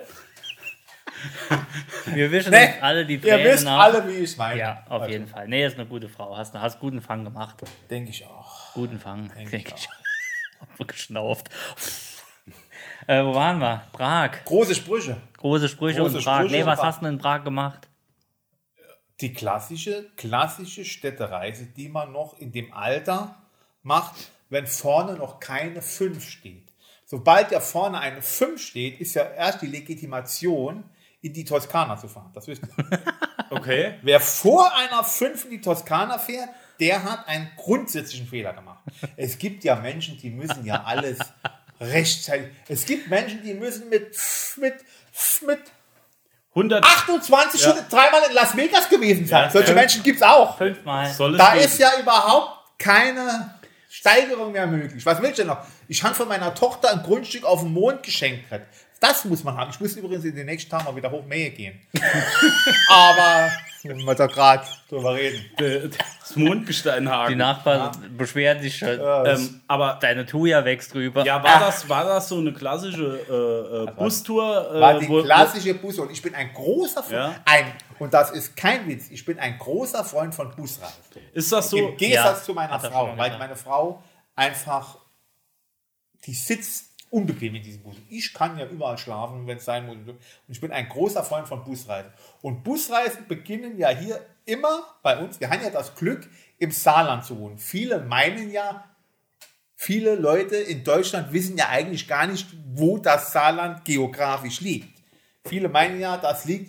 Wir wischen Nee, uns alle die Ihr Tränen wisst ab. alle, wie ich es meine. Ja, auf Also, jeden Fall. Nee, ist eine gute Frau. Hast, hast guten Fang gemacht. Denke ich auch. Guten Fang. Denk Denk ich ich. Hab geschnauft. äh, wo waren wir? Prag. Große Sprüche. Große Sprüche Große und Prag. Sprüche nee, und was Prag. hast du denn in Prag gemacht? Die klassische, klassische Städtereise, die man noch in dem Alter macht, wenn vorne noch keine fünf steht. Sobald ja vorne eine fünf steht, ist ja erst die Legitimation, in die Toskana zu fahren. Das wisst ihr. Okay. Wer vor einer fünf in die Toskana fährt, der hat einen grundsätzlichen Fehler gemacht. Es gibt ja Menschen, die müssen ja alles rechtzeitig. Es gibt Menschen, die müssen mit, mit, mit hundert achtundzwanzig Ja. Stunden dreimal in Las Vegas gewesen sein. Ja, Solche fünf- Menschen gibt es auch. Fünfmal. soll es Da geben. ist ja überhaupt keine Steigerung mehr möglich. Was will ich denn noch? Ich habe von meiner Tochter ein Grundstück auf dem Mond geschenkt. Gekriegt. Das muss man haben. Ich muss übrigens in den nächsten Tagen mal wieder hoch Mähe gehen. Aber müssen wir da gerade drüber reden. Das Mondgestein haken. Die Nachbarn beschweren sich schon. Ähm, aber Deine Thuja wächst drüber. ja, war das, war das so eine klassische äh, äh, Bustour? Äh, War die wo- klassische Bus und ich bin ein großer Freund. Ja. Ein, und das ist kein Witz. Ich bin ein großer Freund von Busreisen. Ist das so? Im Gegensatz Ja, zu meiner hat er Frau, schon mal weil gesagt. meine Frau einfach, die sitzt unbequem in diesem Bus. Ich kann ja überall schlafen, wenn es sein muss. Und ich bin ein großer Freund von Busreisen. Und Busreisen beginnen ja hier immer bei uns. Wir haben ja das Glück, im Saarland zu wohnen. Viele meinen ja, viele Leute in Deutschland wissen ja eigentlich gar nicht, wo das Saarland geografisch liegt. Viele meinen ja, das liegt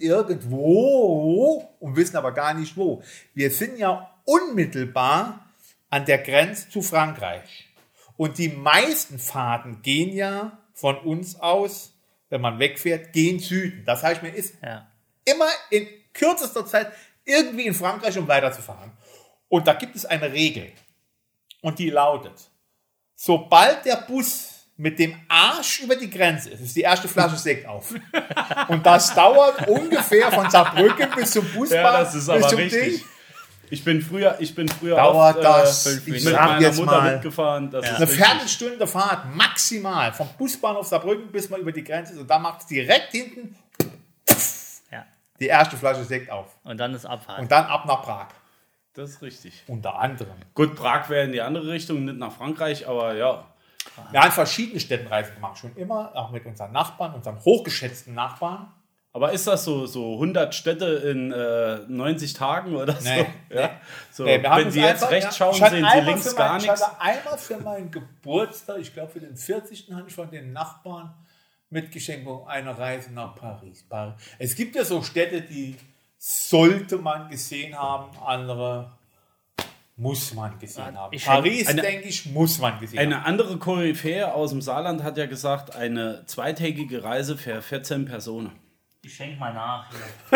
irgendwo und wissen aber gar nicht wo. Wir sind ja unmittelbar an der Grenze zu Frankreich. Und die meisten Fahrten gehen ja von uns aus, wenn man wegfährt, gehen Süden. Das heißt, man ist Ja. immer in kürzester Zeit irgendwie in Frankreich, um weiterzufahren. Und da gibt es eine Regel. Und die lautet, sobald der Bus mit dem Arsch über die Grenze ist, ist die erste Flasche Sekt auf. Und das dauert ungefähr von Saarbrücken bis zum Busbahn, Ja, das ist bis aber zum richtig. Ding. Ich bin früher, ich bin früher Dauert oft, das, äh, ich mit sag meiner jetzt Mutter mal, mitgefahren. Das ist Eine richtig. Viertelstunde Fahrt maximal vom Busbahnhof Saarbrücken bis man über die Grenze ist. Und da macht es direkt hinten Ja. die erste Flasche Sekt auf. Und dann ist Abfahrt. Und dann ab nach Prag. Das ist richtig. Unter anderem. Gut, Prag wäre in die andere Richtung, nicht nach Frankreich, aber ja. Wir haben in verschiedenen Städten Reisen gemacht. Schon immer, auch mit unseren Nachbarn, unseren hochgeschätzten Nachbarn. Aber ist das so, so hundert Städte in äh, neunzig Tagen oder so? Nee, Ja? nee. So, Nee, wir haben wenn uns Sie jetzt einfach- rechts ja, schauen, ich hatte sehen Sie einmal links für gar mein, nichts. Ich hatte einmal für meinen Geburtstag, ich glaube für den vierzigsten habe ich von den Nachbarn mitgeschenkt, eine Reise nach Paris. Paris. Es gibt ja so Städte, die sollte man gesehen haben, andere muss man gesehen haben. ich- Paris, eine- denke ich, muss man gesehen haben. Eine andere Koryphäe aus dem Saarland hat ja gesagt, eine zweitägige Reise für vierzehn Personen. Ich schenk mal nach.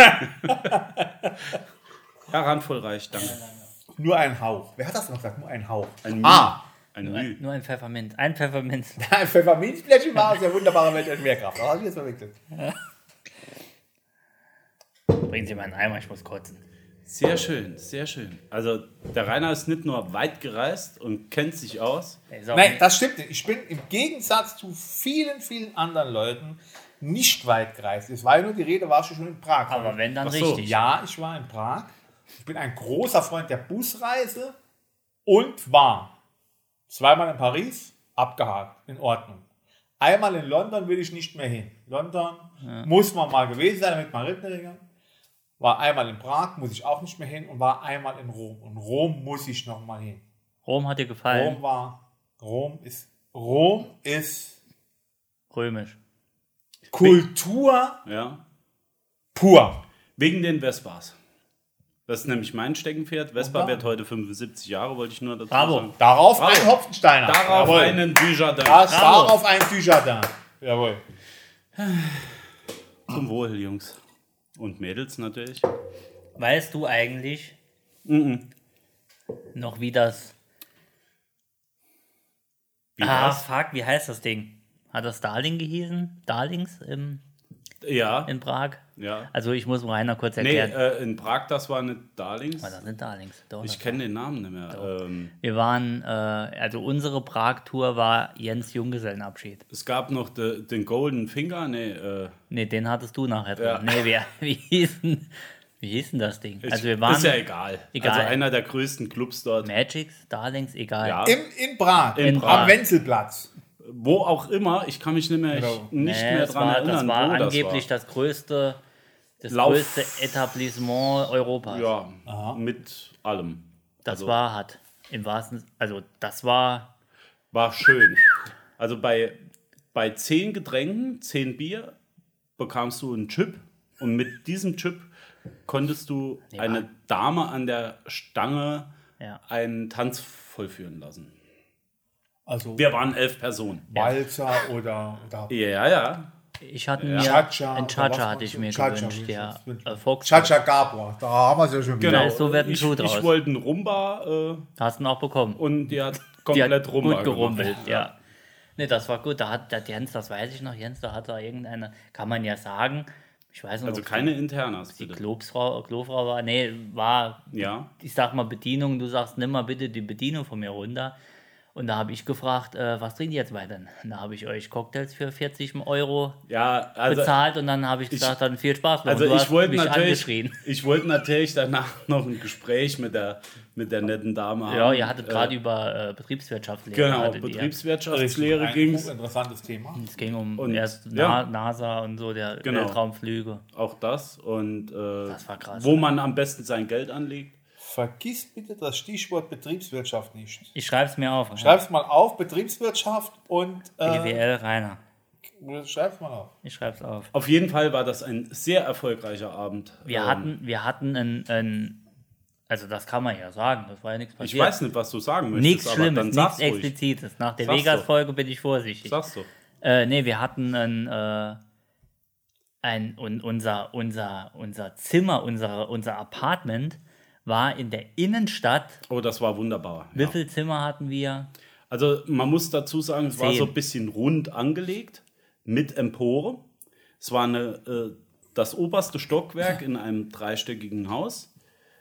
Hier. Ja, randvoll reicht, danke. Nur ein Hauch. Wer hat das noch gesagt? Nur ein Hauch. Ein ah, Ein Nur, Müh. nur ein Pfefferminz. Ein Pfefferminz. ein Pfefferminzblättchen war aus der wunderbaren Welt der Schwerkraft. Da habe ich jetzt verwechselt. Bringen Sie mal einen Eimer, ich muss kotzen. Sehr schön, sehr schön. Also der Rainer ist nicht nur weit gereist und kennt sich aus. Der ist auch Nein, nicht- das stimmt nicht. Ich bin im Gegensatz zu vielen, vielen anderen Leuten nicht weit gereist. Es war ja nur die Rede, warst du schon in Prag. aber wenn, dann Ach so, richtig. Ja, ich war in Prag. Ich bin ein großer Freund der Busreise und war zweimal in Paris, abgehakt, in Ordnung. Einmal in London will ich nicht mehr hin. London muss man mal gewesen sein, damit man Rittneringer. War einmal in Prag, muss ich auch nicht mehr hin und war einmal in Rom. Und Rom muss ich noch mal hin. Rom hat dir gefallen. Rom war, Rom ist, Rom ist Römisch. Kultur Ja. pur. Wegen den Vespas. Das ist nämlich mein Steckenpferd. Vespa Und wird heute fünfundsiebzig Jahre, wollte ich nur dazu Bravo. sagen. Darauf Bravo. ein Hopfensteiner. Darauf Jawohl. einen Dujardin. Das, Bravo. darauf ein Dujardin. Jawohl. Zum Wohl, Jungs. Und Mädels natürlich. Weißt du eigentlich noch, wie das... Wie ah, das? fuck, wie heißt das Ding? Hat das Darling gehießen? Darlings im, Ja. in Prag? ja. Also ich muss Rainer kurz Nee, erklären. äh, in Prag, das war nicht Darlings. Was, das sind Darlings. Doch, Ich das kenne den Namen nicht mehr. Ähm, Wir waren, äh, also unsere Prag-Tour war Jens Junggesellenabschied. es gab noch de, den Golden Finger. Nee, äh, Ne, den hattest du nachher drin. Ja. Nee, wie, wie, hieß denn, wie hieß denn das Ding? ich, Also wir waren ist ja egal. Egal. Also einer der größten Clubs dort. Magics, Darlings, egal. Ja. Im, in Prag. In Am Prag. Wenzelplatz. Wo auch immer, ich kann mich nicht mehr, Genau. ich, nicht Nee, mehr das dran war, erinnern, das war wo angeblich das das größte, das Lauf- größte Etablissement Europas. war. Ja, mit allem. Das also, war hat im wahrsten, also das war war schön. Also bei bei zehn Getränken, zehn Bier, bekamst du einen Chip und mit diesem Chip konntest du Ja. eine Dame an der Stange Ja. einen Tanz vollführen lassen. Also Wir waren elf Personen. Walzer oder, oder Ja, ja. Ich hatte mir Cha-Cha. ein oder Cha-Cha was hatte ich mir Cha-Cha gewünscht, wünsche ja. ich mir. Äh, Fox. Cha-Cha Gabor, da haben wir es ja schon wieder. Genau. Ja, so wird ein ich, Schuh draus. ich wollte einen Rumba äh, Hast du ihn auch bekommen? und die hat Die komplett hat Rumba gut gerumpelt, gemacht. ja. Ne, das war gut. Da hat der Jens, das weiß ich noch, Jens, da hat da irgendeine, kann man ja sagen, ich weiß nicht, Also ob keine Internas, die bitte. Klofrau, Klofrau war, nee, war, Ja. ich sag mal Bedienung, du sagst, nimm mal bitte die Bedienung von mir runter. Und da habe ich gefragt, äh, was trinkt ihr jetzt weiter? Und da habe ich euch Cocktails für vierzig Euro Ja, also, bezahlt und dann habe ich gesagt, dann viel Spaß noch. also Und du ich hast wollte mich natürlich, angeschrien. ich wollte natürlich danach noch ein Gespräch mit der, mit der netten Dame haben. Ja, ihr hattet gerade äh, über äh, Betriebswirtschaftslehre. Genau, hattet ihr. Betriebswirtschaftslehre Ein ging es. hochinteressantes Thema. Es ging um Und, erst ja. Na, NASA und so, der Genau. Weltraumflüge. Auch das. Und äh, Das war krass. wo man am besten sein Geld anlegt. Vergiss bitte das Stichwort Betriebswirtschaft nicht. Ich schreibe es mir auf. Schreib's mal auf, Betriebswirtschaft und B W äh, L Rainer. schreib's mal auf. Ich schreibe es auf. Auf jeden Fall war das ein sehr erfolgreicher Abend. Wir Ähm, hatten, wir hatten ein, ein, also das kann man ja sagen, das war ja nichts Ich passiert. weiß nicht, was du sagen möchtest. Nichts aber Schlimmes, dann nichts sag's ruhig. Explizites. Nach der Sag's Vegas-Folge bin ich vorsichtig. Sagst du. Äh, nee, wir hatten ein, äh, ein und unser, unser, unser Zimmer, unser, unser Apartment war in der Innenstadt. Oh, das war wunderbar. Wie Ja. viele Zimmer hatten wir? Also man muss dazu sagen, es war Zehn. so ein bisschen rund angelegt mit Empore. Es war eine, äh, das oberste Stockwerk in einem dreistöckigen Haus.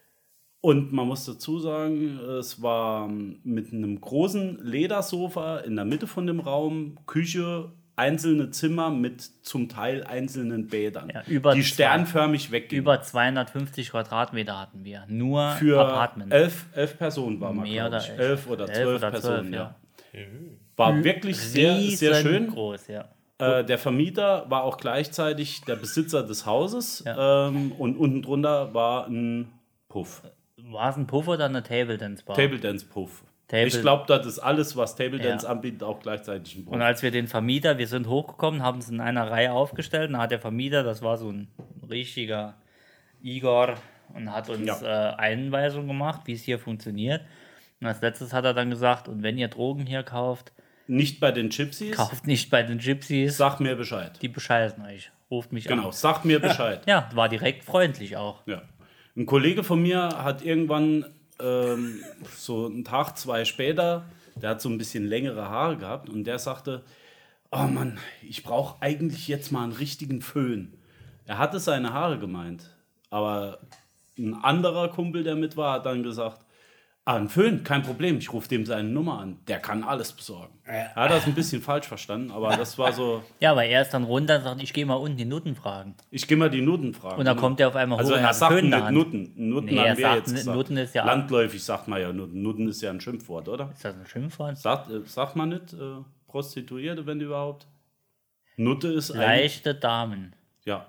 Und man muss dazu sagen, es war mit einem großen Ledersofa in der Mitte von dem Raum, Küche, einzelne Zimmer mit zum Teil einzelnen Bädern, Ja, über die zwei- sternförmig weggingen. Über zweihundertfünfzig Quadratmeter hatten wir. Nur Für Apartment. elf, elf Personen war man, Mehr glaube oder ich. elf. Elf oder Elf zwölf oder Personen, zwölf, ja. ja. War wirklich sehr, sehr schön. Groß, ja. Äh, der Vermieter war auch gleichzeitig der Besitzer des Hauses Ja. ähm, und unten drunter war ein Puff. War es ein Puff oder eine Table Dance Bar? Table Dance Puff. Table- Ich glaube, das ist alles, was Table Ja. Dance anbietet, auch gleichzeitig ein Puff. Und als wir den Vermieter, wir sind hochgekommen, haben es in einer Reihe aufgestellt, und dann hat der Vermieter, das war so ein richtiger Igor, und hat uns Ja. äh, Einweisungen gemacht, wie es hier funktioniert. Und als letztes hat er dann gesagt, und wenn ihr Drogen hier kauft, Nicht bei den Gypsies, kauft nicht bei den Gypsies, sag mir Bescheid. die bescheißen euch. Ruft mich Genau, an. sag mir Bescheid. Ja, war direkt freundlich auch. Ja. Ein Kollege von mir hat irgendwann ähm, so einen Tag, zwei später, der hat so ein bisschen längere Haare gehabt und der sagte, oh Mann, ich brauche eigentlich jetzt mal einen richtigen Föhn. Er hatte seine Haare gemeint, aber ein anderer Kumpel, der mit war, hat dann gesagt, ah, ein Föhn, kein Problem, ich rufe dem seine Nummer an, der kann alles besorgen. Er hat das ein bisschen falsch verstanden, aber das war so, Ja, aber er ist dann runter und sagt, ich gehe mal unten die Nutten fragen. ich gehe mal die Nutten fragen. Und dann kommt er auf einmal Also hoch und er hat sagt einen Föhn in der nicht Hand. Nutten. Nutten Nee, haben er wir sagt, jetzt gesagt. Nutten ist ja- Landläufig sagt man ja Nutten. Nutten ist ja ein Schimpfwort, oder? Ist das ein Schimpfwort? Sagt, äh, sagt man nicht äh, Prostituierte, wenn überhaupt? Nutte ist ein... Leichte Damen. Ja.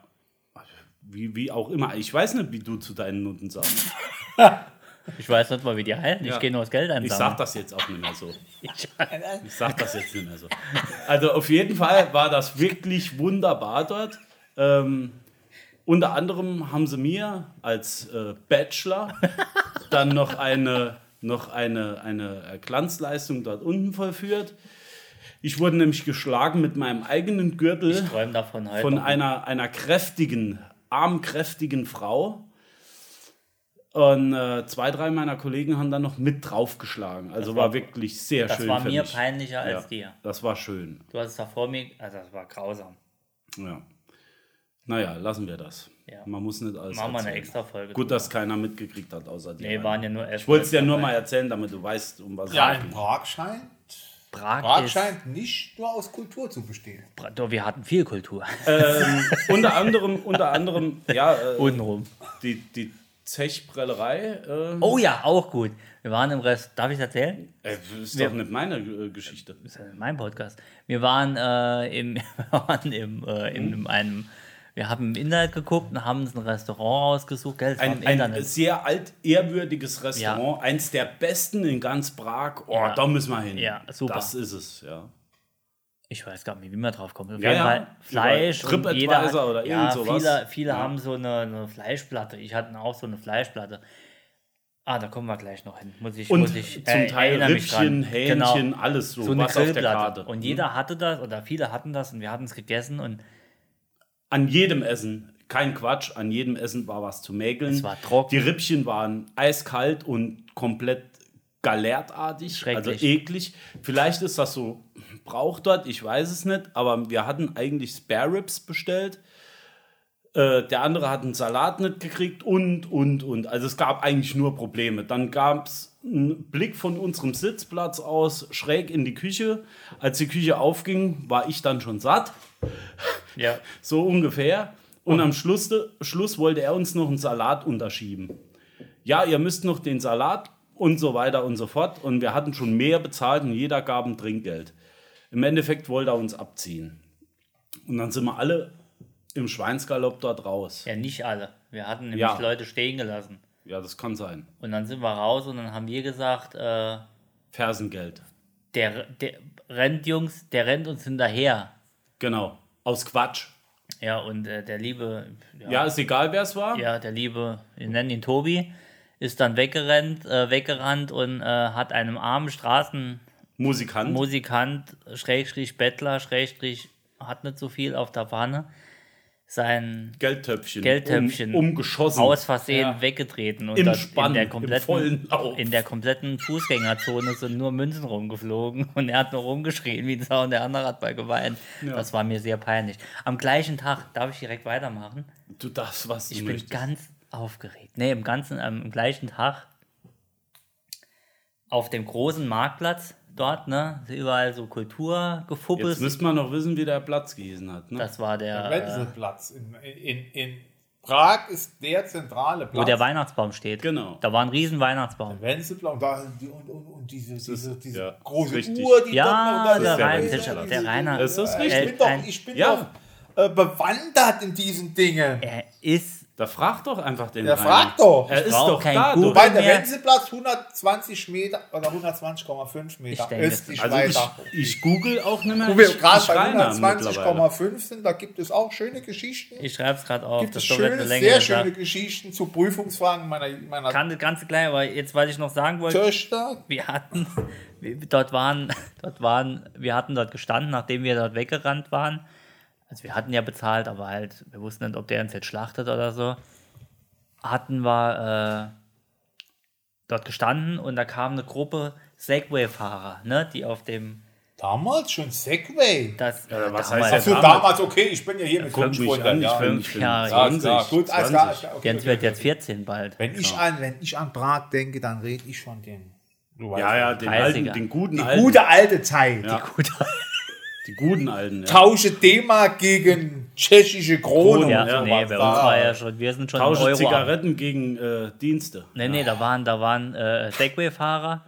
Wie, wie auch immer. Ich weiß nicht, wie du zu deinen Nutten sagst. Ich weiß nicht mal, wie die heißen. Ich Ja. gehe nur das Geld einsammeln. Ich sag das jetzt auch nicht mehr so. Ich, Ich sag das jetzt nicht mehr so. Also auf jeden Fall war das wirklich wunderbar dort. Ähm, unter anderem haben sie mir als äh, Bachelor dann noch eine, noch eine, eine Glanzleistung dort unten vollführt. Ich wurde nämlich geschlagen mit meinem eigenen Gürtel ich träume davon heute. von noch. einer, einer kräftigen, armkräftigen Frau. Und äh, zwei, drei meiner Kollegen haben dann noch mit draufgeschlagen. Also war, war- wirklich sehr Das schön war für mir mich. peinlicher als Ja, dir. das war schön. Du hast es da vor mir, also das war grausam. Ja. Naja, lassen wir das. Ja. Man muss nicht alles Machen wir eine erzählen. extra Folge. Gut, dass keiner mitgekriegt hat, außer dir. Nee, waren ja nur elf. Ich wollte es dir nur mal erzählen, damit du weißt, um was Ja, es in geht. Prag scheint, Prag, Prag ist, scheint nicht nur aus Kultur zu bestehen. Pra- Doch, wir hatten viel Kultur. Ähm, unter anderem, unter anderem, ja, äh, Untenrum. die, die Zechbrellerei. Äh, Oh ja, auch gut. Wir waren im Rest. Darf ich es erzählen? äh, ist wir- doch nicht meine äh, Geschichte. Das ist ja mein Podcast. Wir waren, äh, im, wir waren im, äh, in Mhm. einem, wir haben im Internet geguckt und haben uns ein Restaurant ausgesucht. Gell, es war Ein, im ein Internet. sehr altehrwürdiges Restaurant, eins der besten in ganz Prag. Oh, Ja. da müssen wir hin. Ja, super. Das ist es, ja. Ich weiß gar nicht, wie man drauf kommt. Auf Ja, jeden ja. Fall Fleisch. Über und jeder, TripAdvisor oder ja, irgend sowas. viele, viele Ja. haben so eine, eine Fleischplatte. Ich hatte auch so eine Fleischplatte. Ah, da kommen wir gleich noch hin. Muss ich, Und muss ich, zum äh, Teil erinnere mich Rippchen, dran. Hähnchen, Genau. alles so, So eine was auf der Grillplatte. Karte. Und jeder hatte das oder viele hatten das und wir hatten es gegessen und An jedem Essen, kein Quatsch, an jedem Essen war was zu mäkeln. Es war trocken. Die Rippchen waren eiskalt und komplett galertartig, Schrecklich. also eklig. Vielleicht ist das so Brauch dort, ich weiß es nicht, aber wir hatten eigentlich Spare Ribs bestellt. Äh, der andere hat einen Salat nicht gekriegt und, und, und. Also es gab eigentlich nur Probleme. Dann gab es einen Blick von unserem Sitzplatz aus schräg in die Küche. Als die Küche aufging, war ich dann schon satt. ja. So ungefähr. Und am Schluss, Schluss wollte er uns noch einen Salat unterschieben. Ja, ihr müsst noch den Salat und so weiter und so fort. Und wir hatten schon mehr bezahlt und jeder gab ein Trinkgeld. Im Endeffekt wollte er uns abziehen. Und dann sind wir alle im Schweinsgalopp dort raus. ja, nicht alle. Wir hatten nämlich Ja. Leute stehen gelassen. Ja, das kann sein. Und dann sind wir raus und dann haben wir gesagt, äh, Fersengeld. der, der rennt, Jungs, der rennt uns hinterher. Genau. Aus Quatsch. Ja, und äh, der liebe, ja, Ja, ist egal, wer es war. ja, der liebe, wir nennen ihn Tobi, ist dann weggerannt, äh, weggerannt und äh, hat einem armen Straßenmusikant, Musikant. Schrägstrich Bettler, Schrägstrich, hat nicht so viel auf der Pfanne, sein Geldtöpfchen. Geldtöpfchen Um, umgeschossen. aus Versehen Ja. weggetreten. Und Im das Spann, in der im kompletten, vollen Lauf. in der kompletten Fußgängerzone sind nur Münzen rumgeflogen und er hat nur rumgeschrien wie ein Sau und der andere hat bei geweint. Das war mir sehr peinlich. Am gleichen Tag, darf ich direkt weitermachen? Du darfst, was du Ich bin möchtest. ganz aufgeregt. Nee, im ganzen, ähm, im gleichen Tag auf dem großen Marktplatz dort, ne, ist überall so Kulturgefuppes. Jetzt müsste man noch wissen, wie der Platz gehießen hat. Ne? Das war der, äh, Wenzelplatz. In, in, in Prag ist der zentrale Platz. wo der Weihnachtsbaum steht. Genau. Da war ein riesen Weihnachtsbaum. Wenzelplatz. Und, da, die- und, und, und diese, diese, diese ja, große richtig. Uhr, die Ja, dort noch... der der Rainer, Wenzelplatz. der, der Rainer, Das ist ich richtig. bin doch, ein- ich bin Ja. doch äh, bewandert in diesen Dingen. er ist Da frag doch einfach den Ja, Rainer. frag doch. Er ist brauch doch kein da. Google. Du, Wobei der mehr. Wenzelplatz hundertzwanzig Meter oder hundertzwanzig Komma fünf Meter Ich denke, östlich also ich, weiter. ich google auch nicht mehr. Wo wir ich, gerade ich bei Rainer hundertzwanzig Komma mittlerweile. fünf sind, da gibt es auch schöne Geschichten. Ich schreibe es gerade auf. gibt es Das wird schöne, eine sehr längere schöne Sache. Geschichten zu Prüfungsfragen meiner, meiner Kann ganz klein, aber jetzt, was ich noch sagen wollte, Töchter. wir hatten, wir, dort waren, dort waren, wir hatten dort gestanden, nachdem wir dort weggerannt waren. Also wir hatten ja bezahlt, aber halt, wir wussten nicht, ob der uns jetzt schlachtet oder so. Hatten wir äh, dort gestanden und da kam eine Gruppe Segway-Fahrer, ne, die auf dem, Damals schon Segway. das, Ja, was damals- heißt Also damals? damals, okay, ich bin ja hier mit Guck mich fünf an, ich ja. bin, ich bin Ja, zwanzig. ja, gut, alles klar, alles klar, okay, Jens okay, wird okay. jetzt vierzehn bald. Wenn ich, an, wenn ich an Prag denke, dann rede ich von den. Du weißt Ja, ja, den, dreißiger. alten, den guten Die alten. gute alte Zeit. Ja. Gut. Die guten alten. Ja. Tausche D-Mark gegen tschechische Krone. Ja, und sowas. nee, bei uns Da- war ja schon, wir sind schon Tausche Euro. Zigaretten gegen äh, Dienste. Nee, nee, da waren, da waren äh, Segway-Fahrer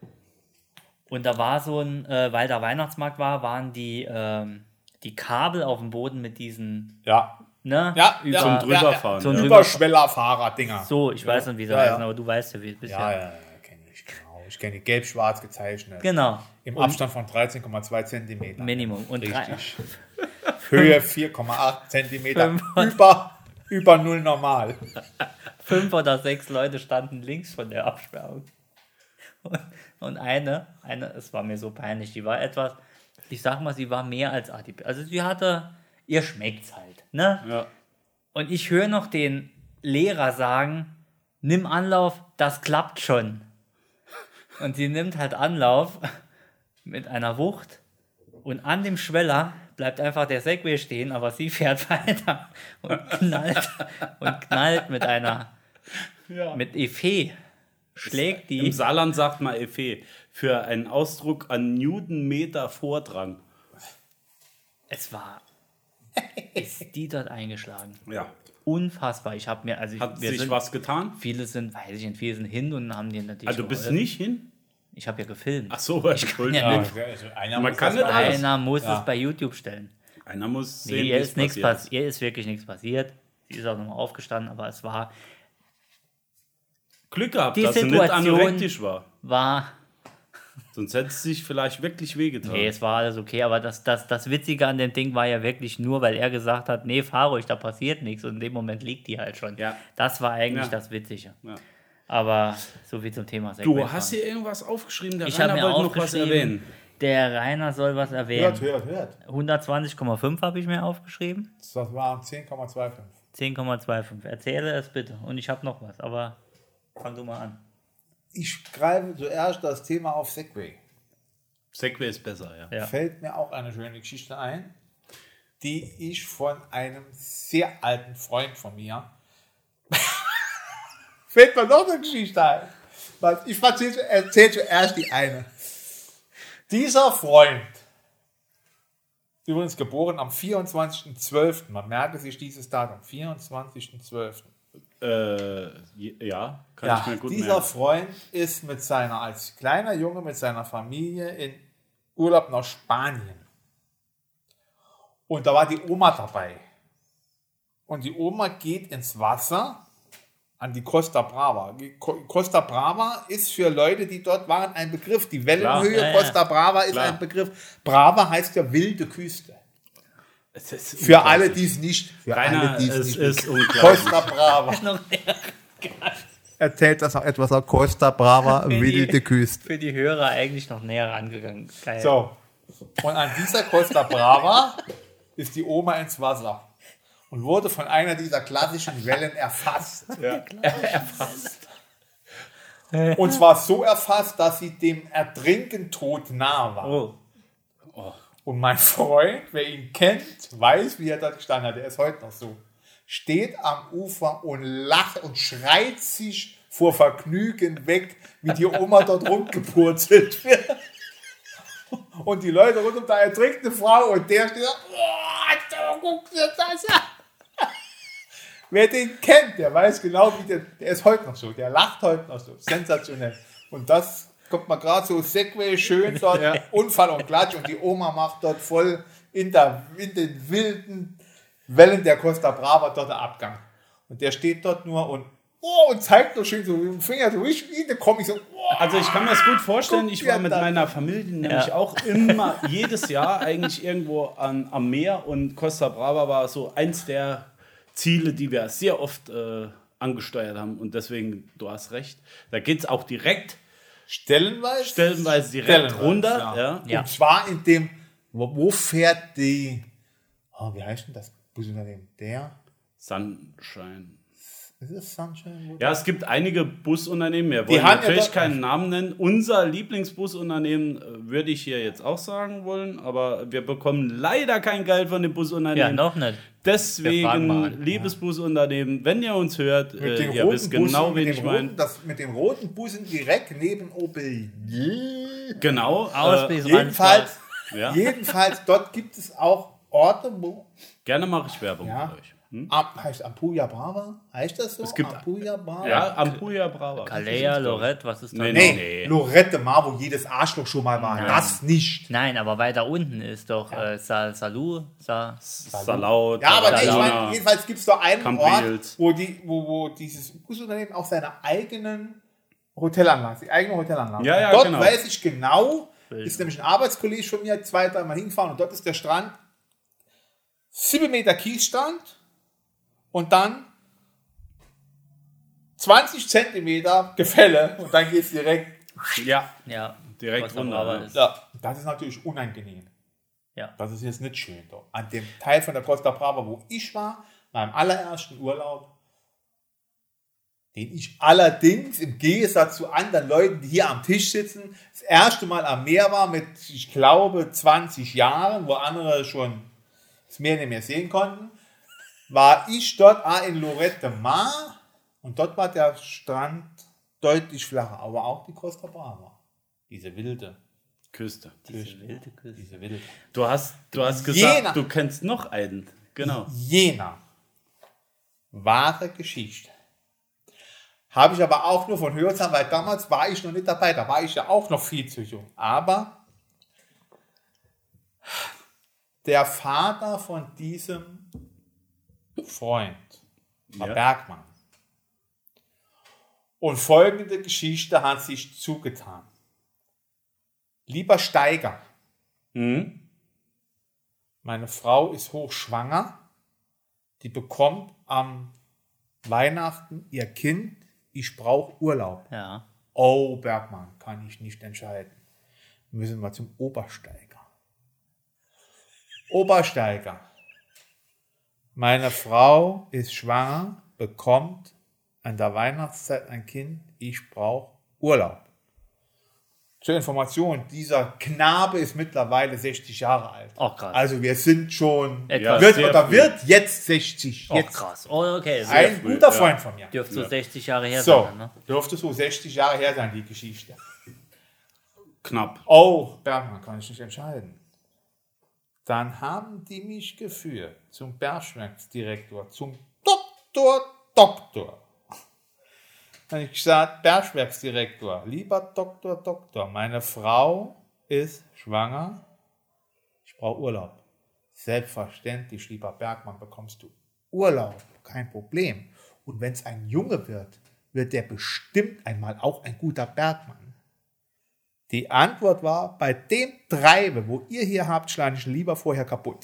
und da war so ein, äh, weil da Weihnachtsmarkt war, waren die, ähm, die Kabel auf dem Boden mit diesen, Ja, ne? ja, über, ja, Zum ja, drüberfahren. Zum ja. drüber- Überschwellerfahrer-Dinger. So, ich weiß nicht, wie sie Ja, heißen, ja. aber du weißt ja, wie es ist. Ja, ja, ja, kenne ich, genau. Ich kenne die gelb-schwarz gezeichnet. Genau. Im Und Abstand von dreizehn Komma zwei Zentimeter. Minimum. Und drei, Richtig. Höhe vier Komma acht Zentimeter. Fünf- Über, über null normal. fünf oder sechs Leute standen links von der Absperrung. Und, und eine, eine, es war mir so peinlich, die war etwas, ich sag mal, sie war mehr als adipös. Also sie hatte, ihr schmeckt's halt, ne? Ja. Und ich höre noch den Lehrer sagen, nimm Anlauf, das klappt schon. Und sie nimmt halt Anlauf mit einer Wucht und an dem Schweller bleibt einfach der Segway stehen, aber sie fährt weiter und knallt und knallt mit einer, Ja. mit Effet, schlägt Im die. Saarland sagt man Effet für einen Ausdruck an Newtonmeter Vordrang. Es war, ist die dort eingeschlagen. Ja. Unfassbar. Ich habe mir, also ich, Hat wir sich sind, was getan? viele sind, weiß ich nicht, viele sind hin und haben die natürlich. Also du bist geholfen. nicht hin? Ich habe ja gefilmt. Ach so, Entschuldigung. ja Ja, nicht. also einer Man muss kann das nicht machen. alles. Einer muss Ja. es bei YouTube stellen. Einer muss Nee, sehen, ihr wie es ist nichts passiert passiert. Ihr ist wirklich nichts passiert. Sie ist auch nochmal aufgestanden, aber es war, Glück gehabt, Die dass sie nicht Situation- anorektisch war. war Sonst hätte es sich vielleicht wirklich wehgetan. Nee, es war alles okay, aber das, das, das Witzige an dem Ding war ja wirklich nur, weil er gesagt hat, nee, fahr ruhig, da passiert nichts und in dem Moment liegt die halt schon. Ja. Das war eigentlich Ja. das Witzige. Ja. Aber so viel zum Thema Segway. Du hast hier irgendwas aufgeschrieben, der Ich habe Rainer mir wollte noch was aufgeschrieben, erwähnen. der Rainer soll was erwähnen. Hört, hört, hört. hundertzwanzig Komma fünf habe ich mir aufgeschrieben. Das waren zehn Komma fünfundzwanzig. zehn Komma fünfundzwanzig. Erzähle es bitte. Und ich habe noch was, aber fang du mal an. Ich greife zuerst das Thema auf Segway. Segway ist besser, ja. Ja. Fällt mir auch eine schöne Geschichte ein, die ich von einem sehr alten Freund von mir. Fällt mir noch eine Geschichte ein. Was- Ich erzähle erzähl zuerst die eine. Dieser Freund, übrigens geboren am vierundzwanzigsten zwölften Man merke sich dieses Datum, vierundzwanzigsten zwölften Äh, je- ja, kann Ja, ich mir gut dieser merken. Freund ist mit seiner, als kleiner Junge mit seiner Familie in Urlaub nach Spanien. Und da war die Oma dabei. Und die Oma geht ins Wasser an die Costa Brava. Die Co- Costa Brava ist für Leute, die dort waren, ein Begriff. Die Wellenhöhe Klar, ja, ja. Costa Brava ist Klar. ein Begriff. Brava heißt ja wilde Küste. Es ist Für alle, unglaublich. die es nicht. Für Rainer, alle, die es es nicht ist wissen. unglaublich. Costa Brava. Erzählt das auch etwas auf Costa Brava, wilde Küste. Für die Hörer eigentlich noch näher rangegangen. Geil. So. Und an dieser Costa Brava ist die Oma ins Wasser und wurde von einer dieser klassischen Wellen erfasst. Erfasst. Und zwar so erfasst, dass sie dem Ertrinken tot nah war. Oh. Und mein Freund, wer ihn kennt, weiß, wie er dort gestanden hat. Der ist heute noch so. Steht am Ufer und lacht und schreit sich vor Vergnügen weg, wie die Oma dort rumgepurzelt wird. Und die Leute rund um da ertrinkt eine Frau und der steht da, oh, so, guck dir das an. Wer den kennt, der weiß genau, wie der, der ist heute noch so. Der lacht heute noch so. Sensationell. Und das kommt man gerade so Segway schön dort, Unfall und Klatsch und die Oma macht dort voll in, der, in den wilden Wellen der Costa Brava dort der Abgang. Und der steht dort nur und, oh, und zeigt nur schön so mit dem Finger so wie in der Comic so, oh, Also ich kann mir das gut vorstellen, Guck ich dir war mit das meiner Familie nämlich Ja. auch immer, jedes Jahr eigentlich irgendwo an, am Meer und Costa Brava war so eins der Ziele, die wir sehr oft äh, angesteuert haben und deswegen, du hast recht, da geht es auch direkt, stellenweise. stellenweise direkt Stellenweise, runter. ja. Ja. Ja. Und zwar in dem, wo, wo fährt die, oh, wie heißt denn das Busunternehmen? Der, Sunshine. ist es Sunshine? Ja, es gibt einige Busunternehmen, wir wollen haben ja natürlich dort- keinen Namen nennen. Unser Lieblingsbusunternehmen äh, würde ich hier jetzt auch sagen wollen, aber wir bekommen leider kein Geld von dem Ja, Busunternehmen. noch nicht. Wir fragen mal Deswegen, an. liebes Busunternehmen, wenn ihr uns hört, Mit äh, den ihr roten wisst genau, Bussen, wen mit ich den meine. roten, das, mit den roten Bussen direkt neben Opel. Genau. Ausbild- Äh, Jedenfalls, ja. jedenfalls, dort gibt es auch Orte, wo, Gerne mache ich Werbung ja, für euch. Hm? Am, heißt Ampuja Brava? Heißt das so? Es gibt- Ampuja Brava? Ja, Ampuja Brava. Calea, Lorette, was ist da? Nee, noch? nee. Nee, Lorette Mar, wo jedes Arschloch schon mal war. Das nicht. Nein, aber weiter unten ist doch äh, Sal Salou. Sa Salau, Ja, aber nee, ich Tarragona. meine, jedenfalls gibt es da einen Cambrils. Ort, wo, die, wo, wo dieses Busunternehmen auch seine eigenen Hotelanlagen, die eigene Hotelanlagen. Ja, ja, und dort genau. weiß ich genau, ist nämlich ein Arbeitskollege von mir zwei, dreimal hingefahren und dort ist der Strand sieben Meter Kiesstrand und dann zwanzig Zentimeter Gefälle und dann geht es direkt. Ja, ja, direkt Costa runter. Brava Ja. ist. Ja, das ist natürlich unangenehm. Ja. Das ist jetzt nicht schön. Doch. An dem Teil von der Costa Brava, wo ich war, meinem allerersten Urlaub, den ich allerdings im Gegensatz zu anderen Leuten, die hier am Tisch sitzen, das erste Mal am Meer war mit, ich glaube, zwanzig Jahren, wo andere schon das Meer nicht mehr sehen konnten, war ich dort auch in Lorette Mar und dort war der Strand deutlich flacher, aber auch die Costa Brava. Diese wilde, Küste. Diese wilde Küste. diese wilde. Du hast, du hast gesagt, Jena. du kennst noch einen. Genau. Jena. Wahre Geschichte. Habe ich aber auch nur von Hörensagen, weil damals war ich noch nicht dabei, da war ich ja auch noch viel zu jung. Aber der Vater von diesem Freund war Ja. Bergmann. Und folgende Geschichte hat sich zugetan. Lieber Steiger, Mhm. meine Frau ist hochschwanger. Die bekommt am Weihnachten ihr Kind. Ich brauche Urlaub. Ja. Oh, Bergmann, kann ich nicht entscheiden. Müssen wir zum Obersteiger. Obersteiger. Meine Frau ist schwanger, bekommt an der Weihnachtszeit ein Kind. Ich brauche Urlaub. Zur Information, dieser Knabe ist mittlerweile sechzig Jahre alt. Oh, krass. Also wir sind schon, Etwas wird sehr oder früh. wird jetzt sechzig. Oh, Jetzt krass. Oh, okay. Sehr ein früh, guter ja. Freund von mir. dürfte so sechzig Jahre her So, sein, ne? dürfte so sechzig Jahre her sein, die Geschichte. Knapp. Oh, Bergmann, kann ich nicht entscheiden. Dann haben die mich geführt zum Bergwerksdirektor, zum Doktor, Doktor. Dann habe ich gesagt, Bergwerksdirektor, lieber Doktor, Doktor, meine Frau ist schwanger, ich brauche Urlaub. Selbstverständlich, lieber Bergmann, bekommst du Urlaub, kein Problem. Und wenn es ein Junge wird, wird der bestimmt einmal auch ein guter Bergmann. Die Antwort war, bei dem Treibe, wo ihr hier habt, schlage ich lieber vorher kaputt.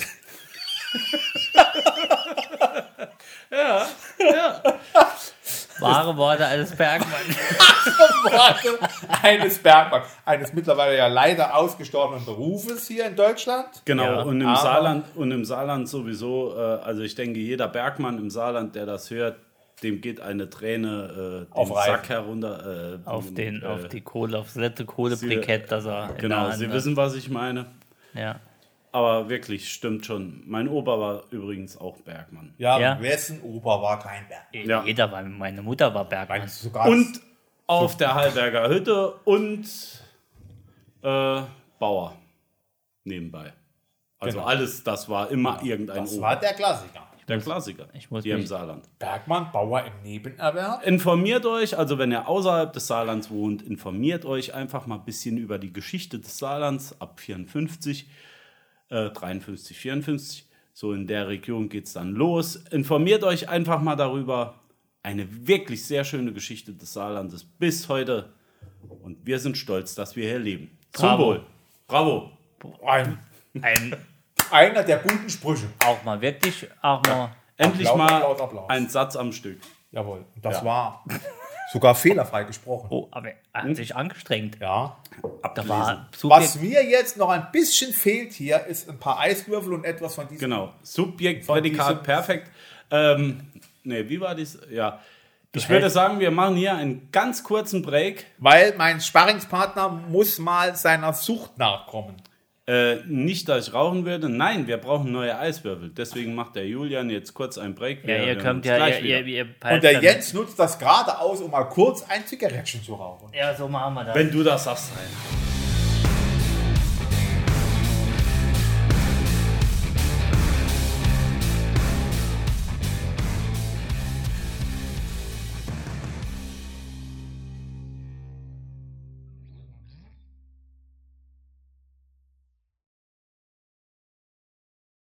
Wahre Worte eines Bergmann. Worte eines Bergmann, eines mittlerweile ja leider ausgestorbenen Berufes hier in Deutschland. Genau, Ja, und, im aber- Saarland, und im Saarland sowieso, äh, also ich denke, jeder Bergmann im Saarland, der das hört, dem geht eine Träne äh, Auf den Reifen. Sack herunter. Äh, Auf, den, äh, auf die Kohle, aufs letzte Kohlebrikett, das er in der Genau, Hand Sie hat. wissen, was ich meine. Ja. Aber wirklich, stimmt schon. Mein Opa war übrigens auch Bergmann. Ja, Ja. wessen Opa war kein Bergmann. Ja. Jeder war, meine Mutter war Bergmann. Sogar Und auf der Hallberger Hütte und äh, Bauer nebenbei. Also Genau. alles, das war immer irgendein das Opa. war der Klassiker. Der Klassiker ich muss hier im mich- Saarland. Bergmann, Bauer im Nebenerwerb. Informiert euch, also wenn ihr außerhalb des Saarlands wohnt, informiert euch einfach mal ein bisschen über die Geschichte des Saarlands ab vierundfünfzig, äh, dreiundfünfzig, vierundfünfzig. So in der Region geht es dann los. Informiert euch einfach mal darüber. Eine wirklich sehr schöne Geschichte des Saarlandes bis heute. Und wir sind stolz, dass wir hier leben. Zum Bravo. Wohl. Bravo. Ein, Ein, einer der guten Sprüche. auch mal wirklich, auch mal. Endlich Applaus, mal Applaus, Applaus. ein Satz am Stück. Jawohl. Und das Ja. war sogar fehlerfrei gesprochen. Oh, aber er hat sich angestrengt. Ja. Da war Was Subjekt, mir jetzt noch ein bisschen fehlt hier, ist ein paar Eiswürfel und etwas von diesem. Genau. Subjekt, Von Prädikat, diesem- perfekt. Ähm, ne, wie war das? Ja. Ich hältst- würde sagen, wir machen hier einen ganz kurzen Break. Weil mein Sparringspartner muss mal seiner Sucht nachkommen. Äh, nicht, dass ich rauchen würde. Nein, wir brauchen neue Eiswürfel. Deswegen macht der Julian jetzt kurz einen Break. ja, Wir ihr hören könnt uns ja, gleich ihr, wieder. ihr, ihr Und peilt der dann- Jens nutzt das gerade aus, um mal kurz ein Zigarettchen zu rauchen. Ja, so machen wir das. Wenn du das sagst, rein.